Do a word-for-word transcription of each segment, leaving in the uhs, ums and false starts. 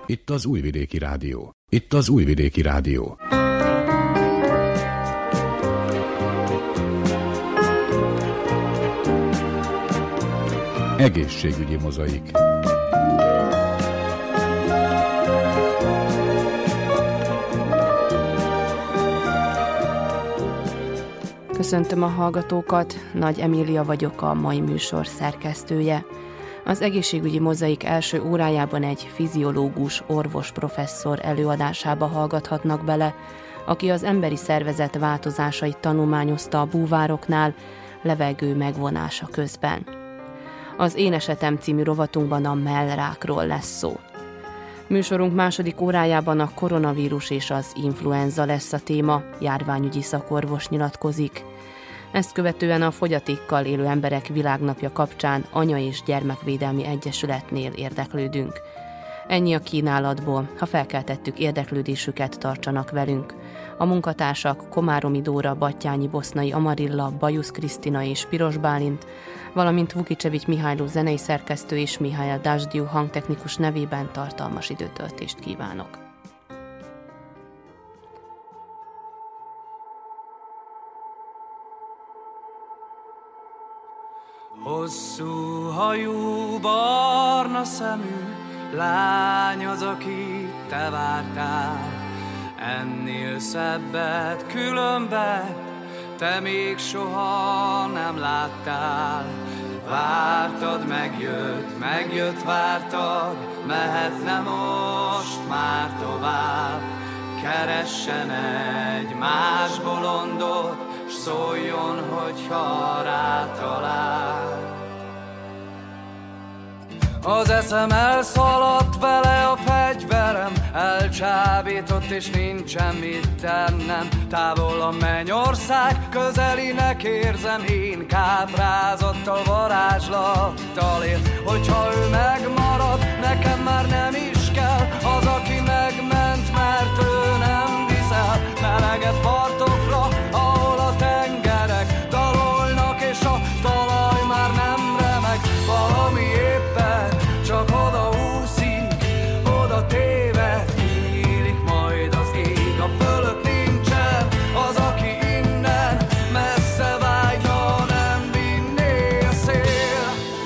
Itt az Újvidéki Rádió. Itt az Újvidéki Rádió. Egészségügyi mozaik. Köszöntöm a hallgatókat, Nagy Emília vagyok, a mai műsor szerkesztője. Az egészségügyi mozaik első órájában egy fiziológus, orvos professzor előadásába hallgathatnak bele, aki az emberi szervezet változásait tanulmányozta a búvároknál, levegő megvonása közben. Az Én esetem című rovatunkban a mellrákról lesz szó. Műsorunk második órájában a koronavírus és az influenza lesz a téma, járványügyi szakorvos nyilatkozik. Ezt követően a fogyatékkal élő emberek világnapja kapcsán Anya- és Gyermekvédelmi Egyesületnél érdeklődünk. Ennyi a kínálatból, ha felkeltettük érdeklődésüket, tartsanak velünk. A munkatársak Komáromi Dóra, Battyányi Bosznai Amarilla, Bajusz Krisztina és Piros Bálint, valamint Vukicsevics Mihályló zenei szerkesztő és Mihály Dásdiú hangtechnikus nevében tartalmas időtöltést kívánok. Hosszú hajú, barna szemű lány az, akit te vártál. Ennél szebbet, különbet te még soha nem láttál. Vártad, megjött, megjött, vártad, mehetne most már tovább. Keressen egy más bolondot, s szóljon, hogyha rátalál. Az eszem elszaladt, vele a fegyverem elcsábított, és nincsen mit tennem. Távol a mennyország, közelinek érzem, én káprázattal, varázslattal él. Hogyha ő megmarad, nekem már nem is kell az, aki megment, mert ő nem viszel meleget partokra, ahol a tengerek dalolnak, és a talaj már nem remeg. Valami éppen csak oda úszik, oda téved, kinyílik majd az ég. A fölött nincsen az, aki innen messze vágyna, nem vinné a szél.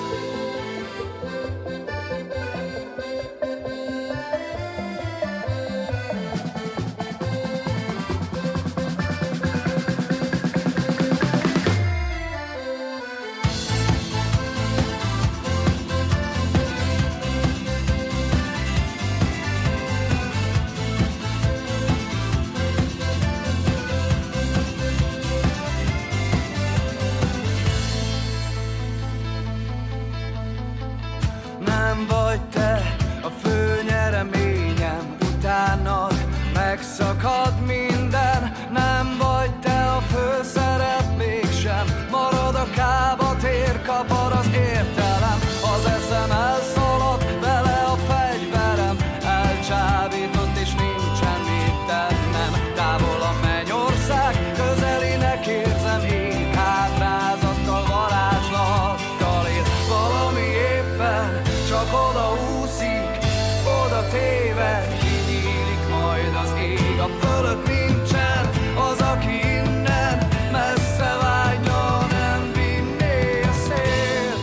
Nem vagy te a fő nyereményem, utánad megszakad minden. Nem vagy te a főszerep, mégsem marad a kába, tér kapar az értelem. Az eszem elszaladt, vele a fegyverem elcsábított, és nincsen mit tennem. Távol a mennyország, közelinek érzem, én káprázattal, varázslattal él. Valami éppen csak oda úszik, oda téved, kinyílik majd az ég. A fölött nincsen az, aki innen messze vágyna, nem vinné a szél.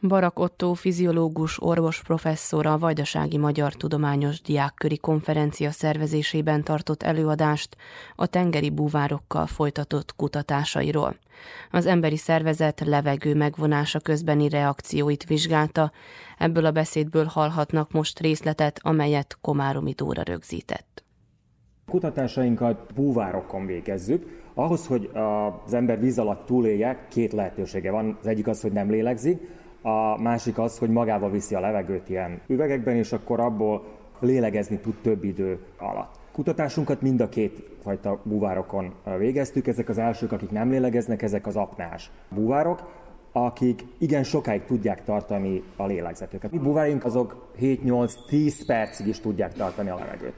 Barak Ottó fiziológus orvos professzor a Vajdasági Magyar Tudományos Diákköri Konferencia szervezésében tartott előadást a tengeri búvárokkal folytatott kutatásairól. Az emberi szervezet levegő megvonása közbeni reakcióit vizsgálta, ebből a beszédből hallhatnak most részletet, amelyet Komáromi Dóra rögzített. Kutatásainkat búvárokon végezzük. Ahhoz, hogy az ember víz alatt túlélje, két lehetősége van. Az egyik az, hogy nem lélegzik, a másik az, hogy magával viszi a levegőt ilyen üvegekben, és akkor abból lélegezni tud több idő alatt. Kutatásunkat mind a két fajta búvárokon végeztük. Ezek az elsők, akik nem lélegeznek, ezek az apnás búvárok, akik igen sokáig tudják tartani a lélegzetüket. A búváraink azok hét-nyolc-tíz percig is tudják tartani a levegőt.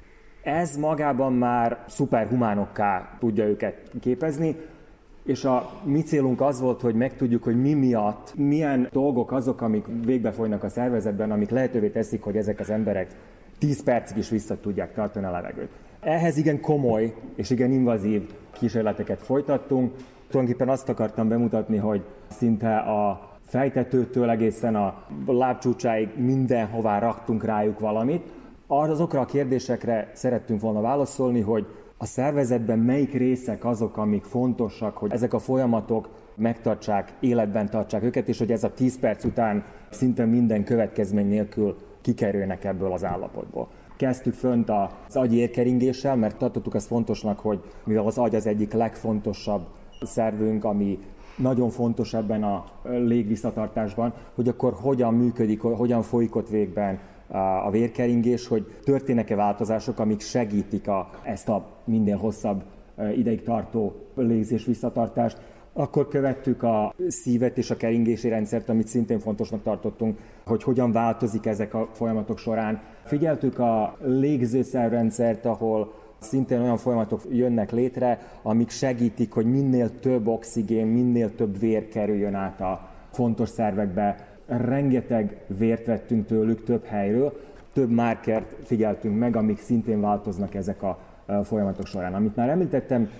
Ez magában már szuperhumánokká tudja őket képezni, és a mi célunk az volt, hogy megtudjuk, hogy mi miatt, milyen dolgok azok, amik végbefolynak a szervezetben, amik lehetővé teszik, hogy ezek az emberek tíz percig is vissza tudják tartani a levegőt. Ehhez igen komoly és igen invazív kísérleteket folytattunk. Tulajdonképpen azt akartam bemutatni, hogy szinte a fejtetőtől egészen a lábcsúcsáig mindenhová raktunk rájuk valamit. Azokra a kérdésekre szerettünk volna válaszolni, hogy a szervezetben melyik részek azok, amik fontosak, hogy ezek a folyamatok megtartsák, életben tartsák őket, és hogy ez a tíz perc után szinte minden következmény nélkül kikerülnek ebből az állapotból. Kezdtük fönt az agyi érkeringéssel, mert tartottuk azt fontosnak, hogy mivel az agy az egyik legfontosabb szervünk, ami nagyon fontos ebben a légvisszatartásban, hogy akkor hogyan működik, hogyan folyik ott végben a vérkeringés, hogy történnek-e változások, amik segítik a, ezt a minden hosszabb ideig tartó légzés visszatartást. Akkor követtük a szívet és a keringési rendszert, amit szintén fontosnak tartottunk, hogy hogyan változik ezek a folyamatok során. Figyeltük a légzőszervrendszert, ahol szintén olyan folyamatok jönnek létre, amik segítik, hogy minél több oxigén, minél több vér kerüljön át a fontos szervekbe. Rengeteg vért vettünk tőlük több helyről, több márkert figyeltünk meg, amik szintén változnak ezek a folyamatok során. Amit már említettem,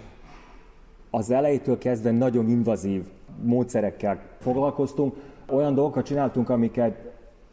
az elejétől kezdve nagyon invazív módszerekkel foglalkoztunk. Olyan dolgokat csináltunk, amiket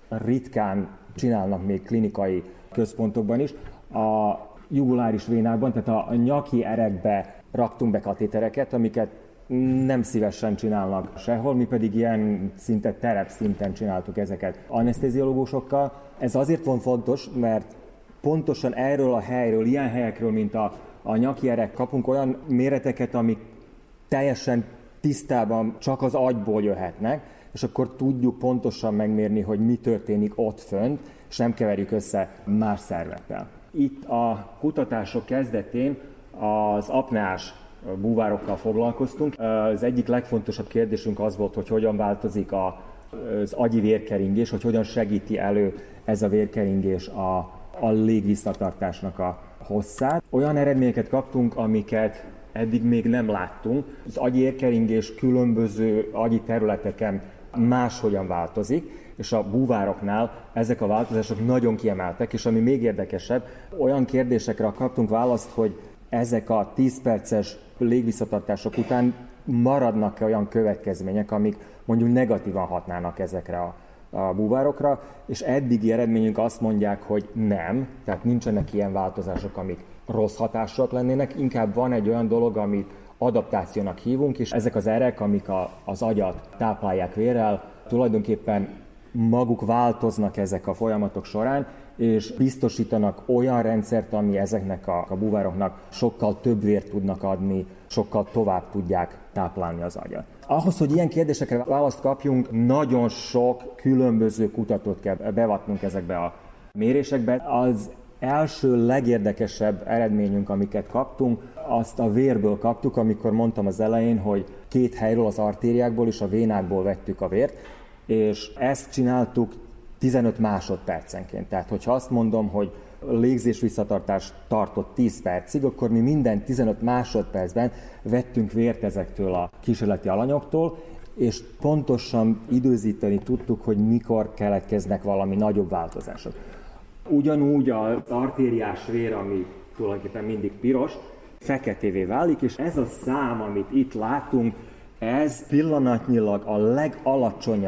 ritkán csinálnak még klinikai központokban is. A juguláris vénákban, tehát a nyaki erekbe raktunk be katétereket, amiket nem szívesen csinálnak sehol, mi pedig ilyen szinte terepszinten csináltuk ezeket anesztéziológusokkal. Ez azért van fontos, mert pontosan erről a helyről, ilyen helyekről, mint a, a nyaki erek kapunk olyan méreteket, amik teljesen tisztában csak az agyból jöhetnek, és akkor tudjuk pontosan megmérni, hogy mi történik ott fönt, és nem keverjük össze más szervekkel. Itt a kutatások kezdetén az apneás búvárokkal foglalkoztunk. Az egyik legfontosabb kérdésünk az volt, hogy hogyan változik a, az agyi vérkeringés, hogy hogyan segíti elő ez a vérkeringés a, a légvisszatartásnak a hosszát. Olyan eredményeket kaptunk, amiket eddig még nem láttunk. Az agyi vérkeringés különböző agyi területeken máshogyan változik, és a búvároknál ezek a változások nagyon kiemeltek, és ami még érdekesebb, olyan kérdésekre kaptunk választ, hogy ezek a tíz perces légvisszatartások után maradnak-e olyan következmények, amik mondjuk negatívan hatnának ezekre a, a búvárokra, és eddigi eredményünk azt mondják, hogy nem, tehát nincsenek ilyen változások, amik rossz hatások lennének, inkább van egy olyan dolog, amit adaptációnak hívunk, és ezek az erek, amik a, az agyat táplálják vérrel, tulajdonképpen maguk változnak ezek a folyamatok során, és biztosítanak olyan rendszert, ami ezeknek a, a búvároknak sokkal több vért tudnak adni, sokkal tovább tudják táplálni az agyat. Ahhoz, hogy ilyen kérdésekre választ kapjunk, nagyon sok különböző kutatót kell bevatnunk ezekbe a mérésekbe. Az első legérdekesebb eredményünk, amiket kaptunk, azt a vérből kaptuk, amikor mondtam az elején, hogy két helyről, az artériákból és a vénákból vettük a vért, és ezt csináltuk tizenöt másodpercenként. Tehát, hogyha azt mondom, hogy légzés visszatartás tartott tíz percig, akkor mi minden tizenöt másodpercben vettünk vért ezektől a kísérleti alanyoktól, és pontosan időzíteni tudtuk, hogy mikor keletkeznek valami nagyobb változások. Ugyanúgy az artériás vér, ami tulajdonképpen mindig piros, feketévé válik, és ez a szám, amit itt látunk, ez pillanatnyilag a legalacsonyabb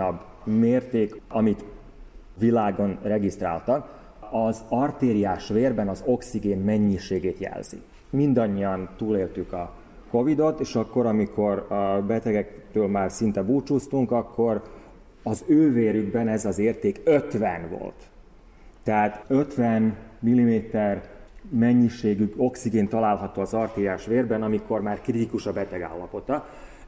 mérték, amit világon regisztráltak, az artériás vérben az oxigén mennyiségét jelzi. Mindannyian túléltük a Covidot, és akkor, amikor a betegektől már szinte búcsúztunk, akkor az ő vérükben ez az érték ötven volt. Tehát ötven milliméter mennyiségű oxigén található az artériás vérben, amikor már kritikus a beteg állapota.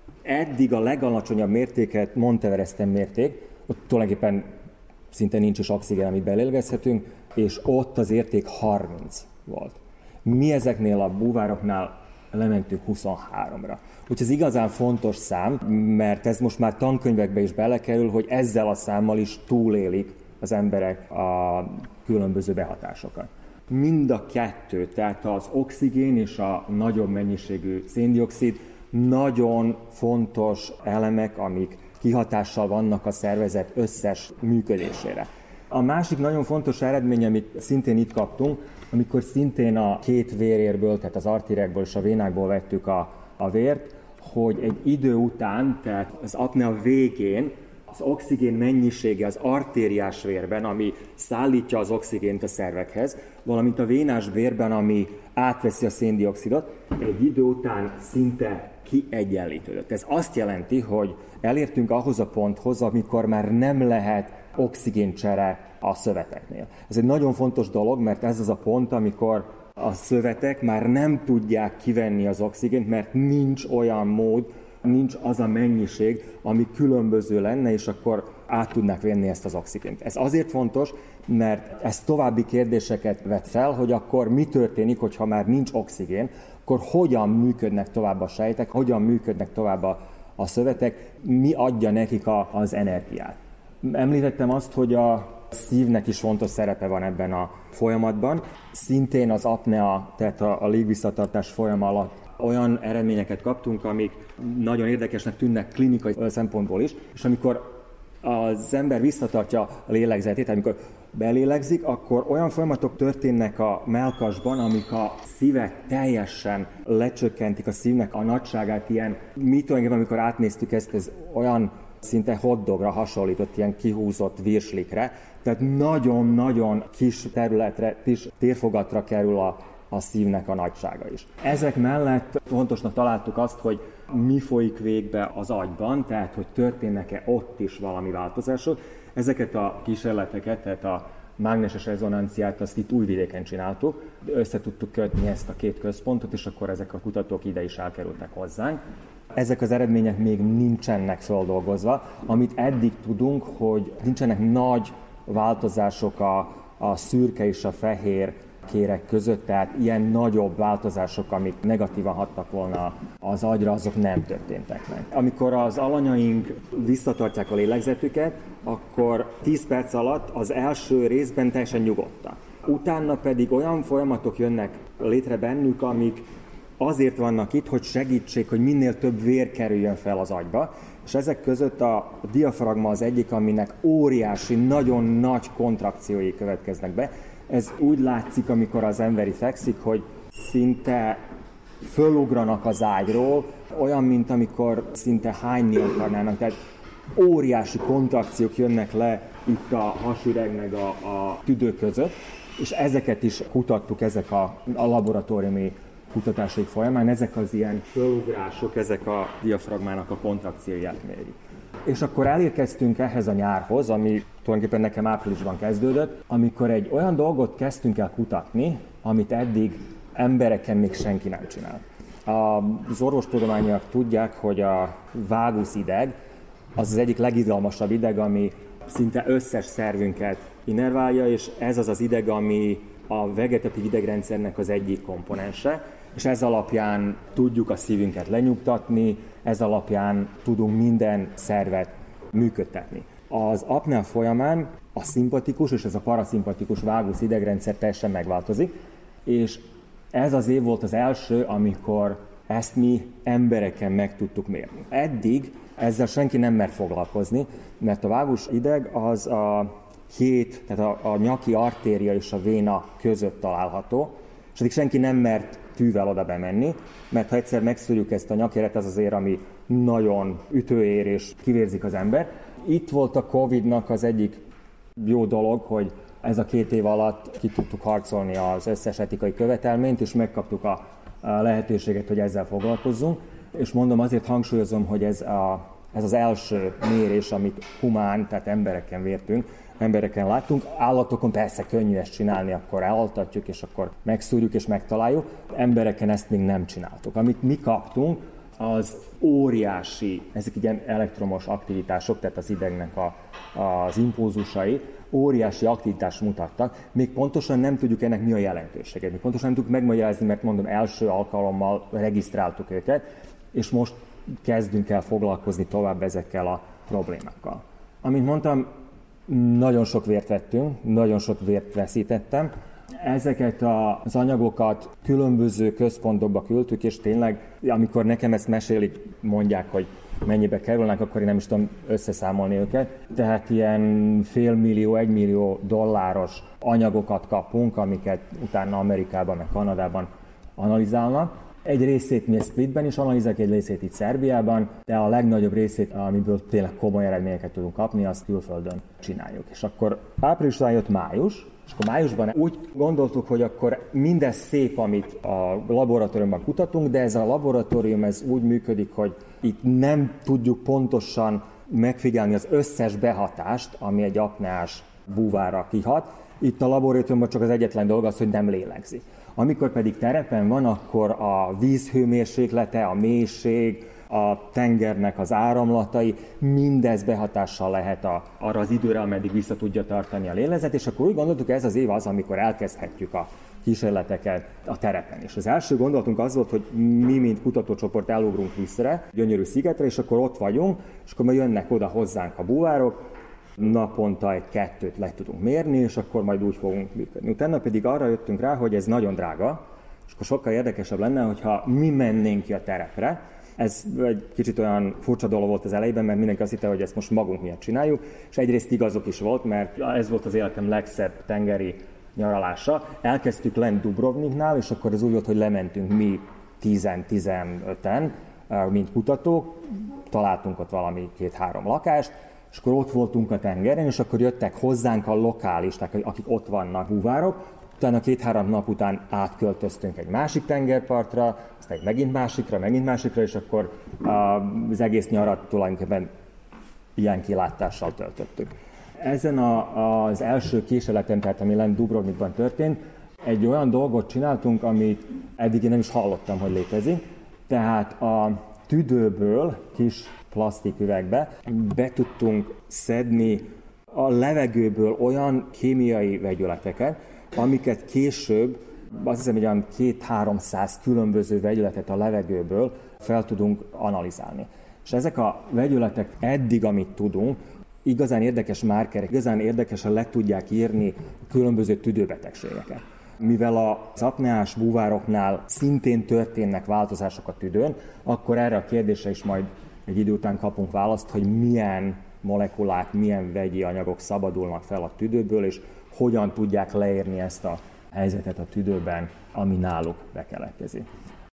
Eddig a legalacsonyabb mértéket Monteveresten mérték, ott tulajdonképpen szinte nincs is oxigén, amit belélgezhetünk, és ott az érték harminc volt. Mi ezeknél a búvároknál lementünk huszonháromra. Úgyhogy ez igazán fontos szám, mert ez most már tankönyvekbe is belekerül, hogy ezzel a számmal is túlélik az emberek a különböző behatásokat. Mind a kettő, tehát az oxigén és a nagyobb mennyiségű széndioxid nagyon fontos elemek, amik kihatással vannak a szervezet összes működésére. A másik nagyon fontos eredmény, amit szintén itt kaptunk, amikor szintén a két vérérből, tehát az artériákból és a vénákból vettük a, a vért, hogy egy idő után, tehát az apnea végén az oxigén mennyisége az artériás vérben, ami szállítja az oxigént a szervekhez, valamint a vénás vérben, ami átveszi a széndioxidot, egy idő után szinte kiegyenlítődött. Ez azt jelenti, hogy elértünk ahhoz a ponthoz, amikor már nem lehet oxigéncsere a szöveteknél. Ez egy nagyon fontos dolog, mert ez az a pont, amikor a szövetek már nem tudják kivenni az oxigént, mert nincs olyan mód, nincs az a mennyiség, ami különböző lenne, és akkor át tudnák venni ezt az oxigént. Ez azért fontos, mert ez további kérdéseket vet fel, hogy akkor mi történik, hogyha már nincs oxigén, akkor hogyan működnek tovább a sejtek, hogyan működnek tovább a, a szövetek, mi adja nekik a, az energiát. Említettem azt, hogy a szívnek is fontos szerepe van ebben a folyamatban. Szintén az apnea, tehát a, a légvisszatartás folyam alatt olyan eredményeket kaptunk, amik nagyon érdekesnek tűnnek klinikai szempontból is, és amikor az ember visszatartja a lélegzetét, amikor belélegzik, akkor olyan folyamatok történnek a mellkasban, amik a szívet teljesen lecsökkentik, a szívnek a nagyságát, ilyen, mi tulajdonképpen, amikor átnéztük ezt, ez olyan szinte hotdogra hasonlított, ilyen kihúzott virslikre, tehát nagyon-nagyon kis területre, kis térfogatra kerül a, a szívnek a nagysága is. Ezek mellett fontosnak találtuk azt, hogy mi folyik végbe az agyban, tehát hogy történnek-e ott is valami változások. Ezeket a kísérleteket, tehát a mágneses rezonanciát, azt itt Újvidéken csináltuk, össze tudtuk kötni ezt a két központot, és akkor ezek a kutatók ide is elkerültek hozzánk. Ezek az eredmények még nincsenek feldolgozva. Amit eddig tudunk, hogy nincsenek nagy változások a, a szürke és a fehér kérek között, tehát ilyen nagyobb változások, amik negatívan hattak volna az agyra, azok nem történtek meg. Amikor az alanyaink visszatartják a lélegzetüket, akkor tíz perc alatt az első részben teljesen nyugodtak. Utána pedig olyan folyamatok jönnek létre bennük, amik azért vannak itt, hogy segítsék, hogy minél több vér kerüljön fel az agyba, és ezek között a diafragma az egyik, aminek óriási, nagyon nagy kontrakciói következnek be. Ez úgy látszik, amikor az emberi fekszik, hogy szinte fölugranak az ágyról, olyan, mint amikor szinte hányni akarnának. Tehát óriási kontrakciók jönnek le itt a hasüreg meg a, a tüdő között, és ezeket is kutattuk, ezek a, a laboratóriumi kutatásaik folyamán, ezek az ilyen fölugrások, ezek a diafragmának a kontrakcióját mérik. És akkor elérkeztünk ehhez a nyárhoz, ami tulajdonképpen nekem áprilisban kezdődött, amikor egy olyan dolgot kezdtünk el kutatni, amit eddig embereken még senki nem csinál. Az orvostudományiak tudják, hogy a vágusz ideg az az egyik legizgalmasabb ideg, ami szinte összes szervünket innerválja, és ez az az ideg, ami a vegetatív idegrendszernek az egyik komponense, és ez alapján tudjuk a szívünket lenyugtatni, ez alapján tudunk minden szervet működtetni. Az apnea folyamán a szimpatikus és ez a paraszimpatikus vágusz idegrendszer teljesen megváltozik, és ez az év volt az első, amikor ezt mi embereken meg tudtuk mérni. Eddig ezzel senki nem mer foglalkozni, mert a vágus ideg az a két, tehát a, a nyaki artéria és a véna között található, és addig senki nem mert tűvel oda bemenni, mert ha egyszer megszűrjük ezt a nyakéret, ez azért, ami nagyon ütőér és kivérzik az ember, Itt volt a Covidnak az egyik jó dolog, hogy ez a két év alatt ki tudtuk harcolni az összes etikai követelményt, és megkaptuk a, a lehetőséget, hogy ezzel foglalkozzunk. És mondom, azért hangsúlyozom, hogy ez, a, ez az első mérés, amit humán, tehát embereken vértünk, embereken láttunk. Állatokon persze könnyű ezt csinálni, akkor elaltatjuk, és akkor megszúrjuk és megtaláljuk. Embereken ezt még nem csináltuk. Amit mi kaptunk, az óriási, ezek ilyen elektromos aktivitások, tehát az idegnek a, az impulzusai, óriási aktivitást mutattak. Még pontosan nem tudjuk ennek mi a jelentősége. Még pontosan nem tudjuk megmagyarázni, mert mondom, első alkalommal regisztráltuk őket, és most kezdünk el foglalkozni tovább ezekkel a problémákkal. Amint mondtam, nagyon sok vért vettünk, nagyon sok vért veszítettem. Ezeket az anyagokat különböző központokba küldtük, és tényleg, amikor nekem ezt mesélik, mondják, hogy mennyibe kerülnek, akkor én nem is tudom összeszámolni őket. Tehát ilyen félmillió, egymillió dolláros anyagokat kapunk, amiket utána Amerikában, meg Kanadában analizálnak. Egy részét mi Splitben is analizáljuk, egy részét itt Szerbiában, de a legnagyobb részét, amiből tényleg komoly eredményeket tudunk kapni, azt külföldön csináljuk. És akkor áprilisra jött május, és akkor májusban úgy gondoltuk, hogy akkor mindez szép, amit a laboratóriumban kutatunk, de ez a laboratórium ez úgy működik, hogy itt nem tudjuk pontosan megfigyelni az összes behatást, ami egy apneás búvárra kihat. Itt a laboratóriumban csak az egyetlen dolog az, hogy nem lélegzi. Amikor pedig terepen van, akkor a vízhőmérséklete, a mélység, a tengernek az áramlatai, mindez behatással lehet a, arra az időre, ameddig vissza tudja tartani a lélegzet, és akkor úgy gondoltuk, ez az év az, amikor elkezdhetjük a kísérleteket a terepen. És az első gondolatunk az volt, hogy mi, mint kutatócsoport elugrunk vissza, gyönyörű szigetre, és akkor ott vagyunk, és akkor majd jönnek oda hozzánk a búvárok, naponta egy-kettőt le tudunk mérni, és akkor majd úgy fogunk működni. Utána pedig arra jöttünk rá, hogy ez nagyon drága, és akkor sokkal érdekesebb lenne, hogyha mi mennénk ki a terepre. Ez egy kicsit olyan furcsa dolog volt az elejében, mert mindenki azt hitte, hogy ezt most magunk miatt csináljuk, és egyrészt igazok is volt, mert ez volt az életem legszebb tengeri nyaralása. Elkezdtük lent Dubrovniknál, és akkor az úgy volt, hogy lementünk mi tízen-tizenöten, mint kutatók, találtunk ott valami két-három lakást, és akkor ott voltunk a tengeren, és akkor jöttek hozzánk a lokálisták, akik ott vannak, búvárok. Utána két-három nap után átköltöztünk egy másik tengerpartra, aztán egy megint másikra, megint másikra, és akkor az egész nyarat tulajdonképpen ilyen kilátással töltöttük. Ezen a, az első kísérleten, tehát ami lent Dubrovnikban történt, egy olyan dolgot csináltunk, amit eddig én nem is hallottam, hogy létezik. Tehát a tüdőből, kis plastiküvegbe be tudtunk szedni a levegőből olyan kémiai vegyületeket, amiket később, azt hiszem, hogy olyan két-háromszáz különböző vegyületet a levegőből fel tudunk analizálni. És ezek a vegyületek eddig, amit tudunk, igazán érdekes márkerek, igazán érdekesen le tudják írni különböző tüdőbetegségeket. Mivel az apneás búvároknál szintén történnek változások a tüdőn, akkor erre a kérdésre is majd egy idő után kapunk választ, hogy milyen molekulák, milyen vegyi anyagok szabadulnak fel a tüdőből, és hogyan tudják leírni ezt a helyzetet a tüdőben, ami náluk bekeletkezik.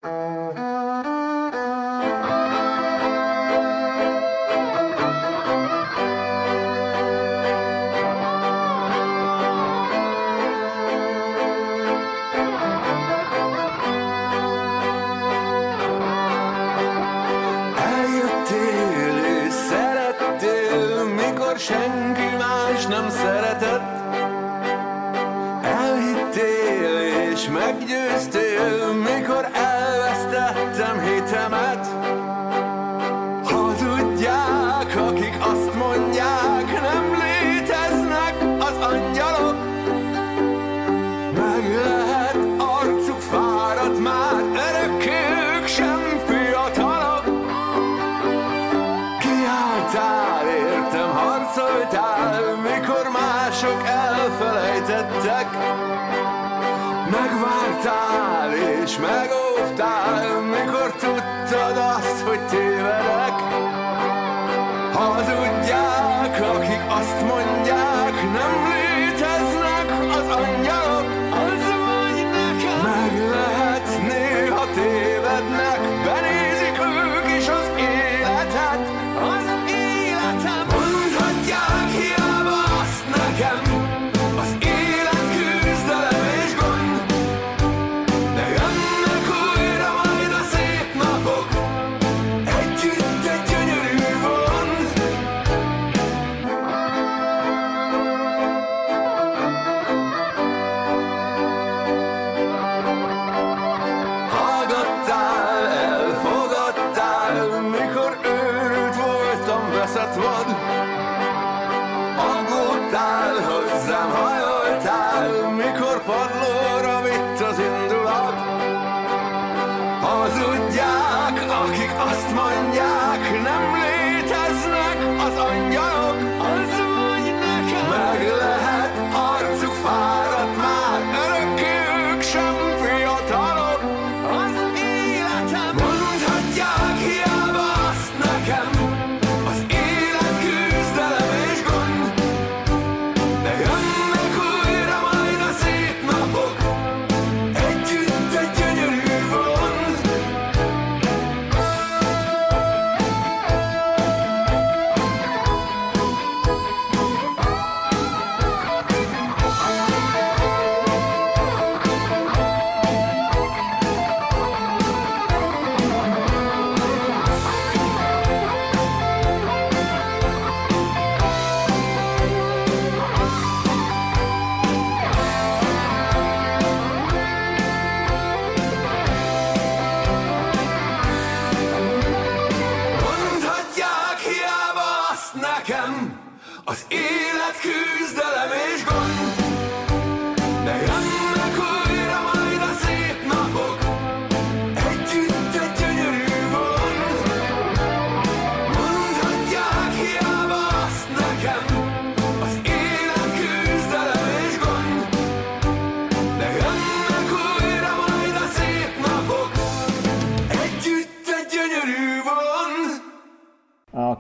Senki más nem szeretett. Elhittél és meggyőztél, mikor elvesztettem hitemet. Hazudják, akik azt mondják, nem léteznek az angyalok. Meg lehet arcuk fáradt már, örökké ők sem fiatalok. Kiálltál, értem, harcoltál, mikor mások elfelejtettek. Megvártál és megóvtál, mikor tudtad azt, hogy tévedek. Hazudják, akik azt mondják, nem léteznek az angyalok. Az vagy nekem. Meg lehet néha tévednek, benézik ők is az életet. Az életem. Mondd,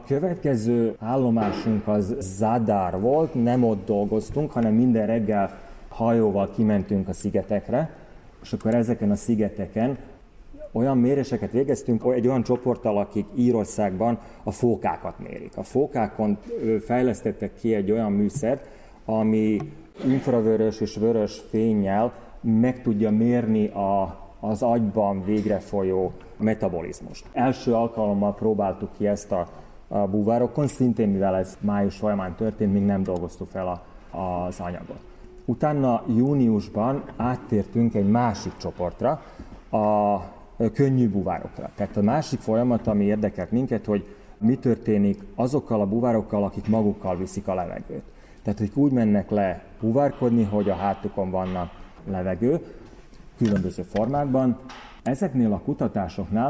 következő állomásunk az Zadar volt, nem ott dolgoztunk, hanem minden reggel hajóval kimentünk a szigetekre, és akkor ezeken a szigeteken olyan méréseket végeztünk egy olyan csoporttal, akik Írországban a fókákat mérik. A fókákon fejlesztettek ki egy olyan műszert, ami infravörös és vörös fénnyel meg tudja mérni a, az agyban végre folyó metabolizmust. Első alkalommal próbáltuk ki ezt a, a búvárokon, szintén mivel ez május folyamán történt, még nem dolgoztuk fel a, az anyagot. Utána júniusban áttértünk egy másik csoportra, a könnyű búvárokra. Tehát a másik folyamat, ami érdekelt minket, hogy mi történik azokkal a búvárokkal, akik magukkal viszik a levegőt. Tehát, hogy úgy mennek le búvárkodni, hogy a hátukon vannak levegő, különböző formákban. Ezeknél a kutatásoknál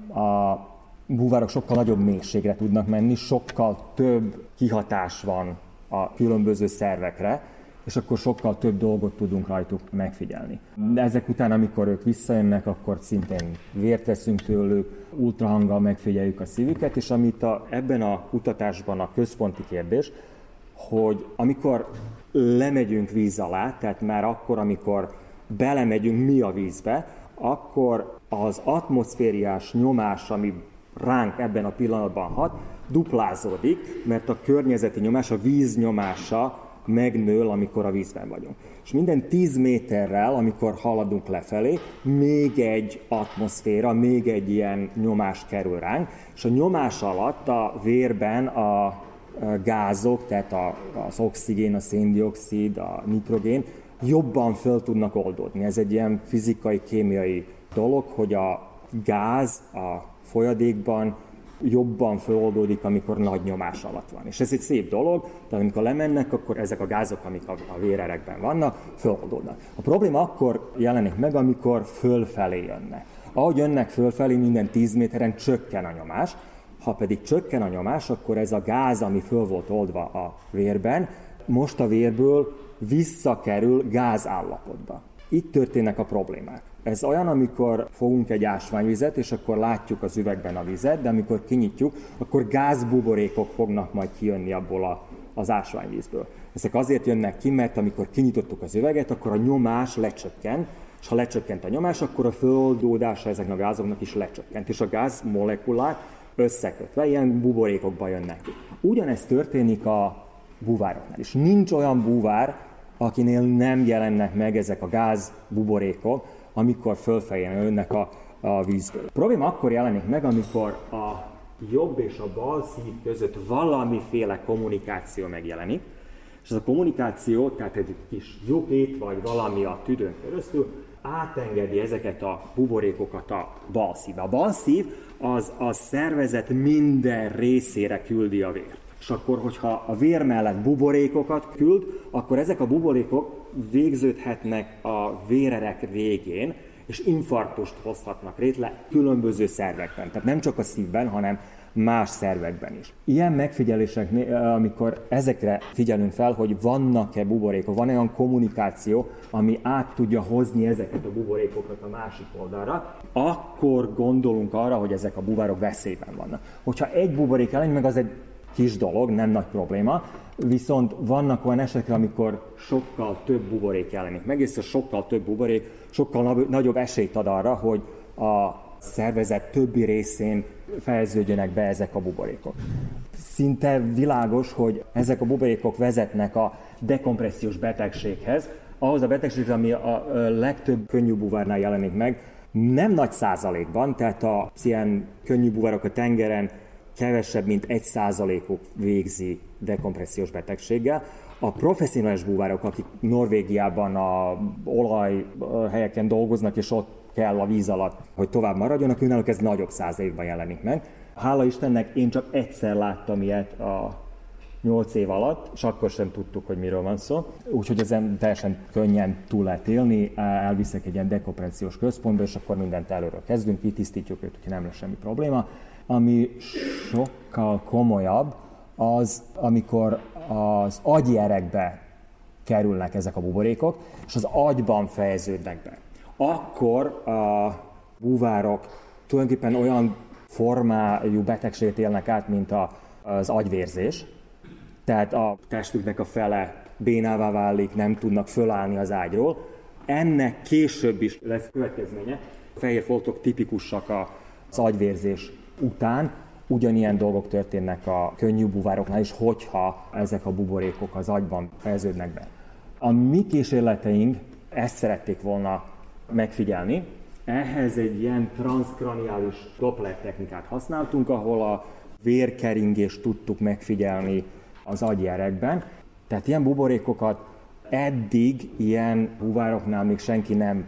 a búvárok sokkal nagyobb mélységre tudnak menni, sokkal több kihatás van a különböző szervekre, és akkor sokkal több dolgot tudunk rajtuk megfigyelni. De ezek után, amikor ők visszajönnek, akkor szintén vért veszünk tőlük, ultrahanggal megfigyeljük a szívüket, és amit a, ebben a kutatásban a központi kérdés, hogy amikor lemegyünk víz alá, tehát már akkor, amikor belemegyünk mi a vízbe, akkor az atmoszfériás nyomás, ami ránk ebben a pillanatban hat, duplázódik, mert a környezeti nyomás, a víz nyomása megnő, amikor a vízben vagyunk. És minden tíz méterrel, amikor haladunk lefelé, még egy atmoszféra, még egy ilyen nyomás kerül ránk, és a nyomás alatt a vérben a gázok, tehát az oxigén, a széndioxid, a nitrogén jobban föl tudnak oldódni. Ez egy ilyen fizikai, kémiai dolog, hogy a gáz a folyadékban jobban föloldódik, amikor nagy nyomás alatt van. És ez egy szép dolog, tehát amikor lemennek, akkor ezek a gázok, amik a vérerekben vannak, föloldódnak. A probléma akkor jelenik meg, amikor fölfelé jönnek. Ahogy jönnek fölfelé, minden tíz méteren csökken a nyomás, ha pedig csökken a nyomás, akkor ez a gáz, ami föl volt oldva a vérben, most a vérből visszakerül gázállapotba. Itt történnek a problémák. Ez olyan, amikor fogunk egy ásványvizet, és akkor látjuk az üvegben a vizet, de amikor kinyitjuk, akkor gázbuborékok fognak majd kijönni abból a, az ásványvízből. Ezek azért jönnek ki, mert amikor kinyitottuk az üveget, akkor a nyomás lecsökkent, és ha lecsökkent a nyomás, akkor a föloldódása ezeknek a gázoknak is lecsökkent, és a gáz molekulák összekötve ilyen buborékokba jönnek ki. Ugyanezt történik a búvároknál is. Nincs olyan búvár, akinél nem jelennek meg ezek a gáz buborékok, amikor fölfelé jönnek a, a vízből. A probléma akkor jelenik meg, amikor a jobb és a bal szív között valamiféle kommunikáció megjelenik, és ez a kommunikáció, tehát egy kis lyukét vagy valami a tüdőn keresztül átengedi ezeket a buborékokat a bal szívbe. A bal szív az a szervezet minden részére küldi a vért. És akkor, hogyha a vér mellett buborékokat küld, akkor ezek a buborékok végződhetnek a vérerek végén, és infarktust hozhatnak létre különböző szervekben. Tehát nem csak a szívben, hanem más szervekben is. Ilyen megfigyeléseknél, amikor ezekre figyelünk fel, hogy vannak-e buborékok, van olyan kommunikáció, ami át tudja hozni ezeket a buborékokat a másik oldalra, akkor gondolunk arra, hogy ezek a búvárok veszélyben vannak. Hogyha egy buborék jelenik meg, az egy kis dolog, nem nagy probléma, viszont vannak olyan esetek, amikor sokkal több buborék jelenik meg, és a sokkal több buborék sokkal nagyobb esélyt ad arra, hogy a szervezet többi részén fejeződjenek be ezek a buborékok. Szinte világos, hogy ezek a buborékok vezetnek a dekompressziós betegséghez, ahhoz a betegséghez, ami a legtöbb könnyű búvárnál jelenik meg, nem nagy százalékban, tehát az ilyen könnyű búvárok a tengeren kevesebb, mint egy százalékuk végzi dekompressziós betegséggel. A professzionális búvárok, akik Norvégiában a olajhelyeken dolgoznak, és ott kell a víz alatt, hogy tovább maradjanak, őnáluk ez nagyobb százalékban jelenik meg. Hála Istennek én csak egyszer láttam ilyet a nyolc év alatt, és akkor sem tudtuk, hogy miről van szó. Úgyhogy ezen teljesen könnyen túl lehet élni, elviszek egy ilyen dekompressziós központba, és akkor mindent előről kezdünk, kitisztítjuk őt, hogyha nem lesz semmi probléma. Ami sokkal komolyabb, az, amikor az agyi erekbe kerülnek ezek a buborékok, és az agyban fejeződnek be. Akkor a búvárok tulajdonképpen olyan formájú betegséget élnek át, mint a az agyvérzés, tehát a testüknek a fele bénává válik, nem tudnak fölállni az ágyról. Ennek később is lesz következménye. A fehér foltok tipikusak az agyvérzés után, ugyanilyen dolgok történnek a könnyű buvároknál is, hogyha ezek a buborékok az agyban fejeződnek be. A mi kísérleteink ezt szerették volna megfigyelni. Ehhez egy ilyen transzkraniális Doppler technikát használtunk, ahol a vérkeringést tudtuk megfigyelni az agyjerekben. Tehát ilyen buborékokat eddig ilyen buvároknál még senki nem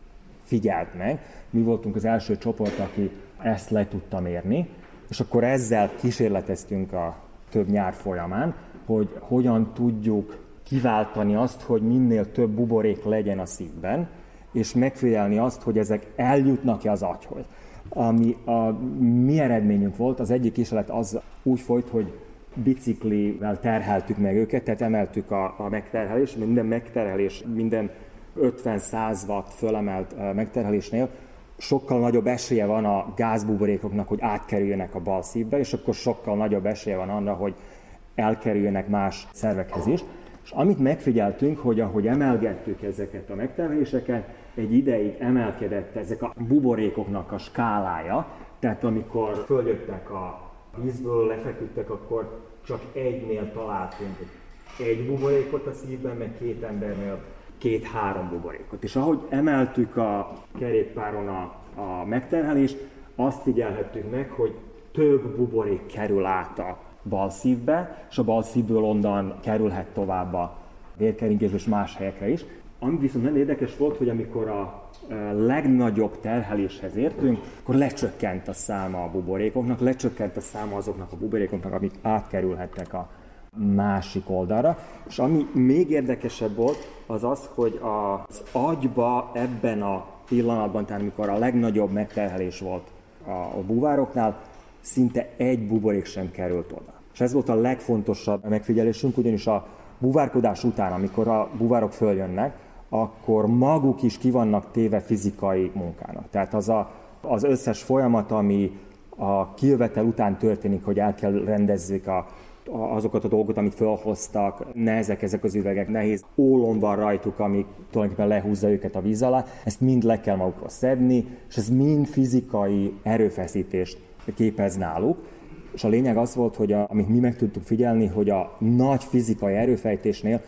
figyelt meg. Mi voltunk az első csoport, aki ezt le tudta mérni, és akkor ezzel kísérleteztünk a több nyár folyamán, hogy hogyan tudjuk kiváltani azt, hogy minél több buborék legyen a szívben, és megfigyelni azt, hogy ezek eljutnak-e az agyhoz. Ami a mi eredményünk volt, az egyik kísérlet az úgy folyt, hogy biciklivel terheltük meg őket, tehát emeltük a, a megterhelést, minden megterhelés, minden ötven-száz watt fölemelt megterhelésnél sokkal nagyobb esélye van a gázbuborékoknak, hogy átkerüljenek a bal szívbe, és akkor sokkal nagyobb esélye van arra, hogy elkerüljenek más szervekhez is. És amit megfigyeltünk, hogy ahogy emelgettük ezeket a megterheléseket, egy ideig emelkedett ezek a buborékoknak a skálája, tehát amikor följöttek a vízből, lefeküdtek, akkor csak egynél találtunk egy buborékot a szívben, meg két embernél két-három buborékot. És ahogy emeltük a kerékpáron a, a megterhelést, azt figyelhettük meg, hogy több buborék kerül át a bal szívbe, és a bal szívből onnan kerülhet tovább a vérkeringés és más helyekre is. Ami viszont nagyon érdekes volt, hogy amikor a legnagyobb terheléshez értünk, akkor lecsökkent a száma a buborékoknak, lecsökkent a száma azoknak a buborékoknak, amik átkerülhettek a másik oldalra. És ami még érdekesebb volt, az az, hogy az agyba ebben a pillanatban, tehát amikor a legnagyobb megterhelés volt a buvároknál, szinte egy buborék sem került oda. És ez volt a legfontosabb megfigyelésünk, ugyanis a buvárkodás után, amikor a buvárok följönnek, akkor maguk is ki vannak téve fizikai munkának. Tehát az a, az összes folyamat, ami a kijövetel után történik, hogy el kell rendezzük a, a, azokat a dolgokat, amit felhoztak, nehezek ezek az üvegek, nehéz ólom van rajtuk, ami tulajdonképpen lehúzza őket a víz alá, ezt mind le kell magukról szedni, és ez mind fizikai erőfeszítést képez náluk. És a lényeg az volt, hogy a, amit mi meg tudtuk figyelni, hogy a nagy fizikai erőfejtésnél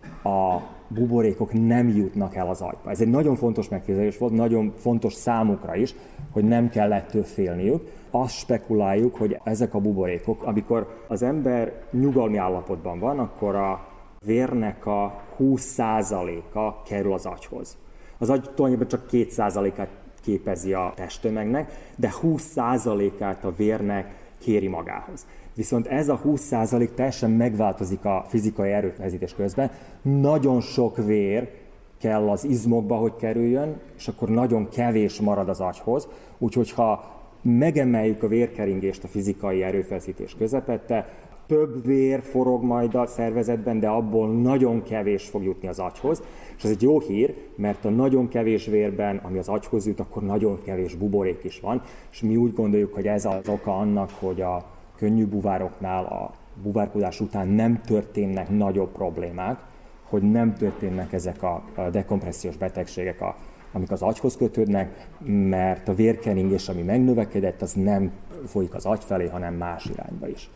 a buborékok nem jutnak el az agyba. Ez egy nagyon fontos megfigyelés volt, nagyon fontos számukra is, hogy nem kell ettől félniük. Azt spekuláljuk, hogy ezek a buborékok, amikor az ember nyugalmi állapotban van, akkor a vérnek a húsz százaléka kerül az agyhoz. Az agy tulajdonképpen csak két százalékát képezi a testtömegnek, de húsz százalékát a vérnek kéri magához. Viszont ez a húsz százalék teljesen megváltozik a fizikai erőfeszítés közben. Nagyon sok vér kell az izmokba, hogy kerüljön, és akkor nagyon kevés marad az agyhoz. Úgyhogy ha megemeljük a vérkeringést a fizikai erőfeszítés közepette, több vér forog majd a szervezetben, de abból nagyon kevés fog jutni az agyhoz. És ez egy jó hír, mert a nagyon kevés vérben, ami az agyhoz jut, akkor nagyon kevés buborék is van. És mi úgy gondoljuk, hogy ez az oka annak, hogy a könnyű buvároknál a buvárkodás után nem történnek nagyobb problémák, hogy nem történnek ezek a dekompressziós betegségek, a, amik az agyhoz kötődnek, mert a vérkeringés, ami megnövekedett, az nem folyik az agy felé, hanem más irányba is.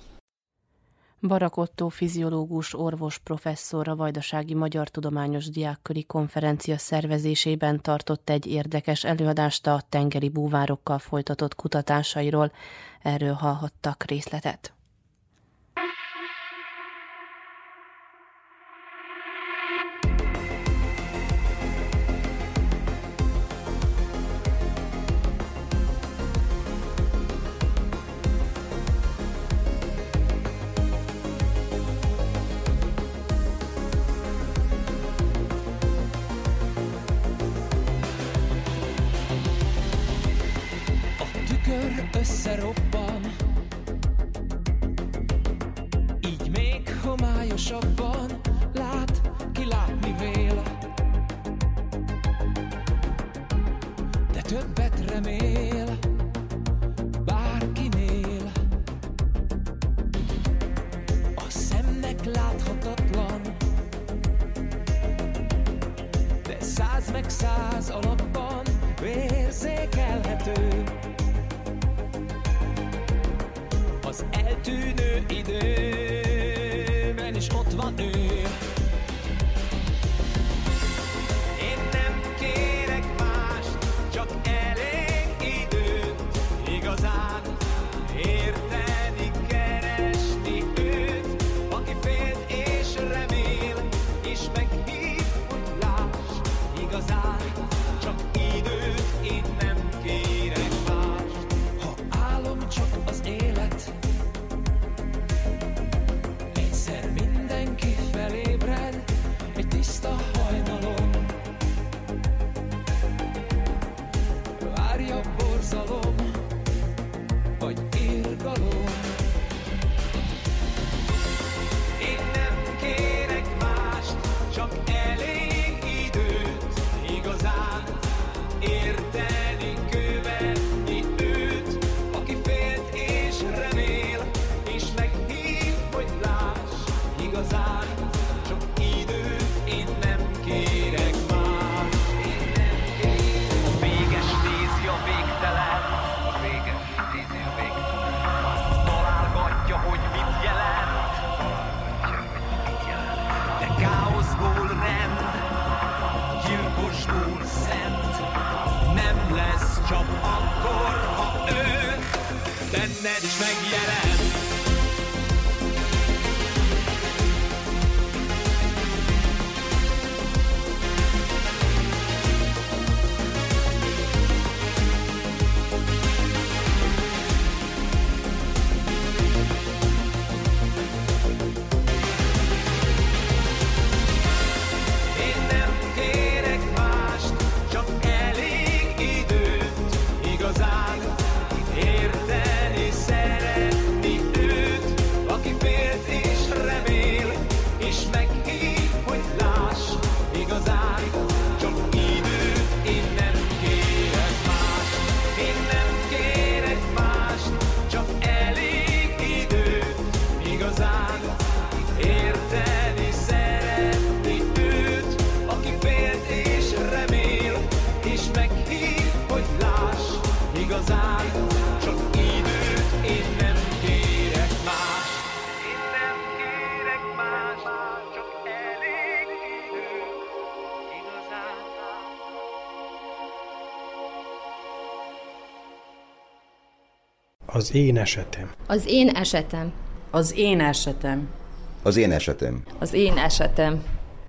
Barak Ottó fiziológus orvos professzor a Vajdasági Magyar Tudományos Diákköri Konferencia szervezésében tartott egy érdekes előadást a tengeri búvárokkal folytatott kutatásairól. Erről hallhattak részletet. Összeroppan, így még homályosabban lát, ki látni vél, de többet remél bárkinél. Száz meg száz alapban érzékelhető az eltűnő időben is ott van ő. Én nem kérek mást, csak elég időt, igazán érteni, keresni őt, aki félt és remél, és meghív, hogy láss, igazán csak időt, én nem kérek mást. Ha álom csak az élet, egyszer mindenki felébred egy tiszta hajnalon. Várja borzalom, vagy irgalom. Én nem kérek mást, csak elég időt, igazán érteni, követni őt, aki félt és remél, és meghív, hogy láss, igazán csak időt, én nem kérek más. Én nem kérek. A véges vízja végtelen, a véges vízja végtelen. Találgatja, hogy mit jelent, de káoszból rend, gyilkosból szent, nem lesz csak akkor, ha ő benned is megjelent. Én nem kérek mást, csak elég időt, igazán érteni, szeretni őt, aki félt és remél, és meghív, hogy láss, igazán csak időt, én nem kérek mást. Én nem kérek mást, csak elég időt, igazán érteni, szeretni őt, aki félt és remél, és meghív, hogy láss, igazán csak időt, én nem kérek más. Én nem kérek más, csak elég időt, igazán. Az én esetem. Az én esetem. Az én esetem. Az én esetem. Az én esetem.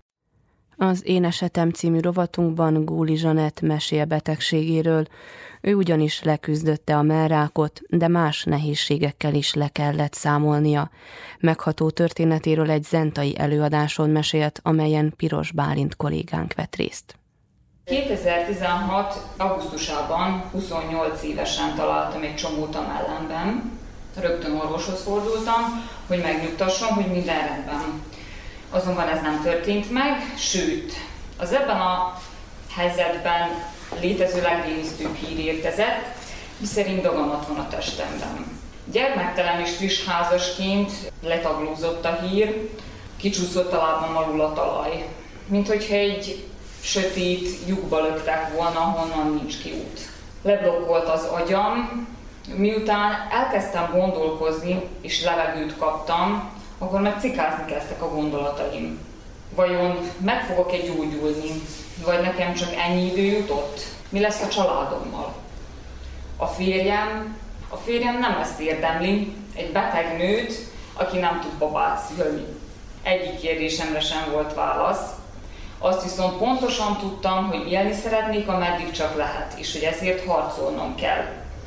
Az Én esetem című rovatunkban Góli Zsanett mesél betegségéről. Ő ugyanis leküzdötte a mellrákot, de más nehézségekkel is le kellett számolnia. Megható történetéről egy zentai előadáson mesélt, amelyen Piros Bálint kollégánk vett részt. kétezer-tizenhat. augusztusában huszonnyolc évesen találtam egy csomót a mellemben. Rögtön orvoshoz fordultam, hogy megnyugtasson, hogy minden rendben. Azonban ez nem történt meg, sőt, az ebben a helyzetben létező legrémisztőbb hír érkezett, miszerint daganat van a testemben. Gyermektelen és friss házasként letaglózott a hír, kicsúszott a lábam alul a talaj. Mint hogyha egy sötét lyukba löktek volna, honnan nincs kiút. Leblokkolt az agyam, miután elkezdtem gondolkozni és levegőt kaptam, akkor meg cikázni kezdtek a gondolataim. Vajon meg fogok-e gyógyulni, vagy nekem csak ennyi idő jutott? Mi lesz a családommal? A férjem, a férjem nem ezt érdemli, egy beteg nőt, aki nem tud babát szülni. Egyik kérdésemre sem volt válasz. Azt viszont pontosan tudtam, hogy élni szeretnék, ameddig csak lehet, és hogy ezért harcolnom kell.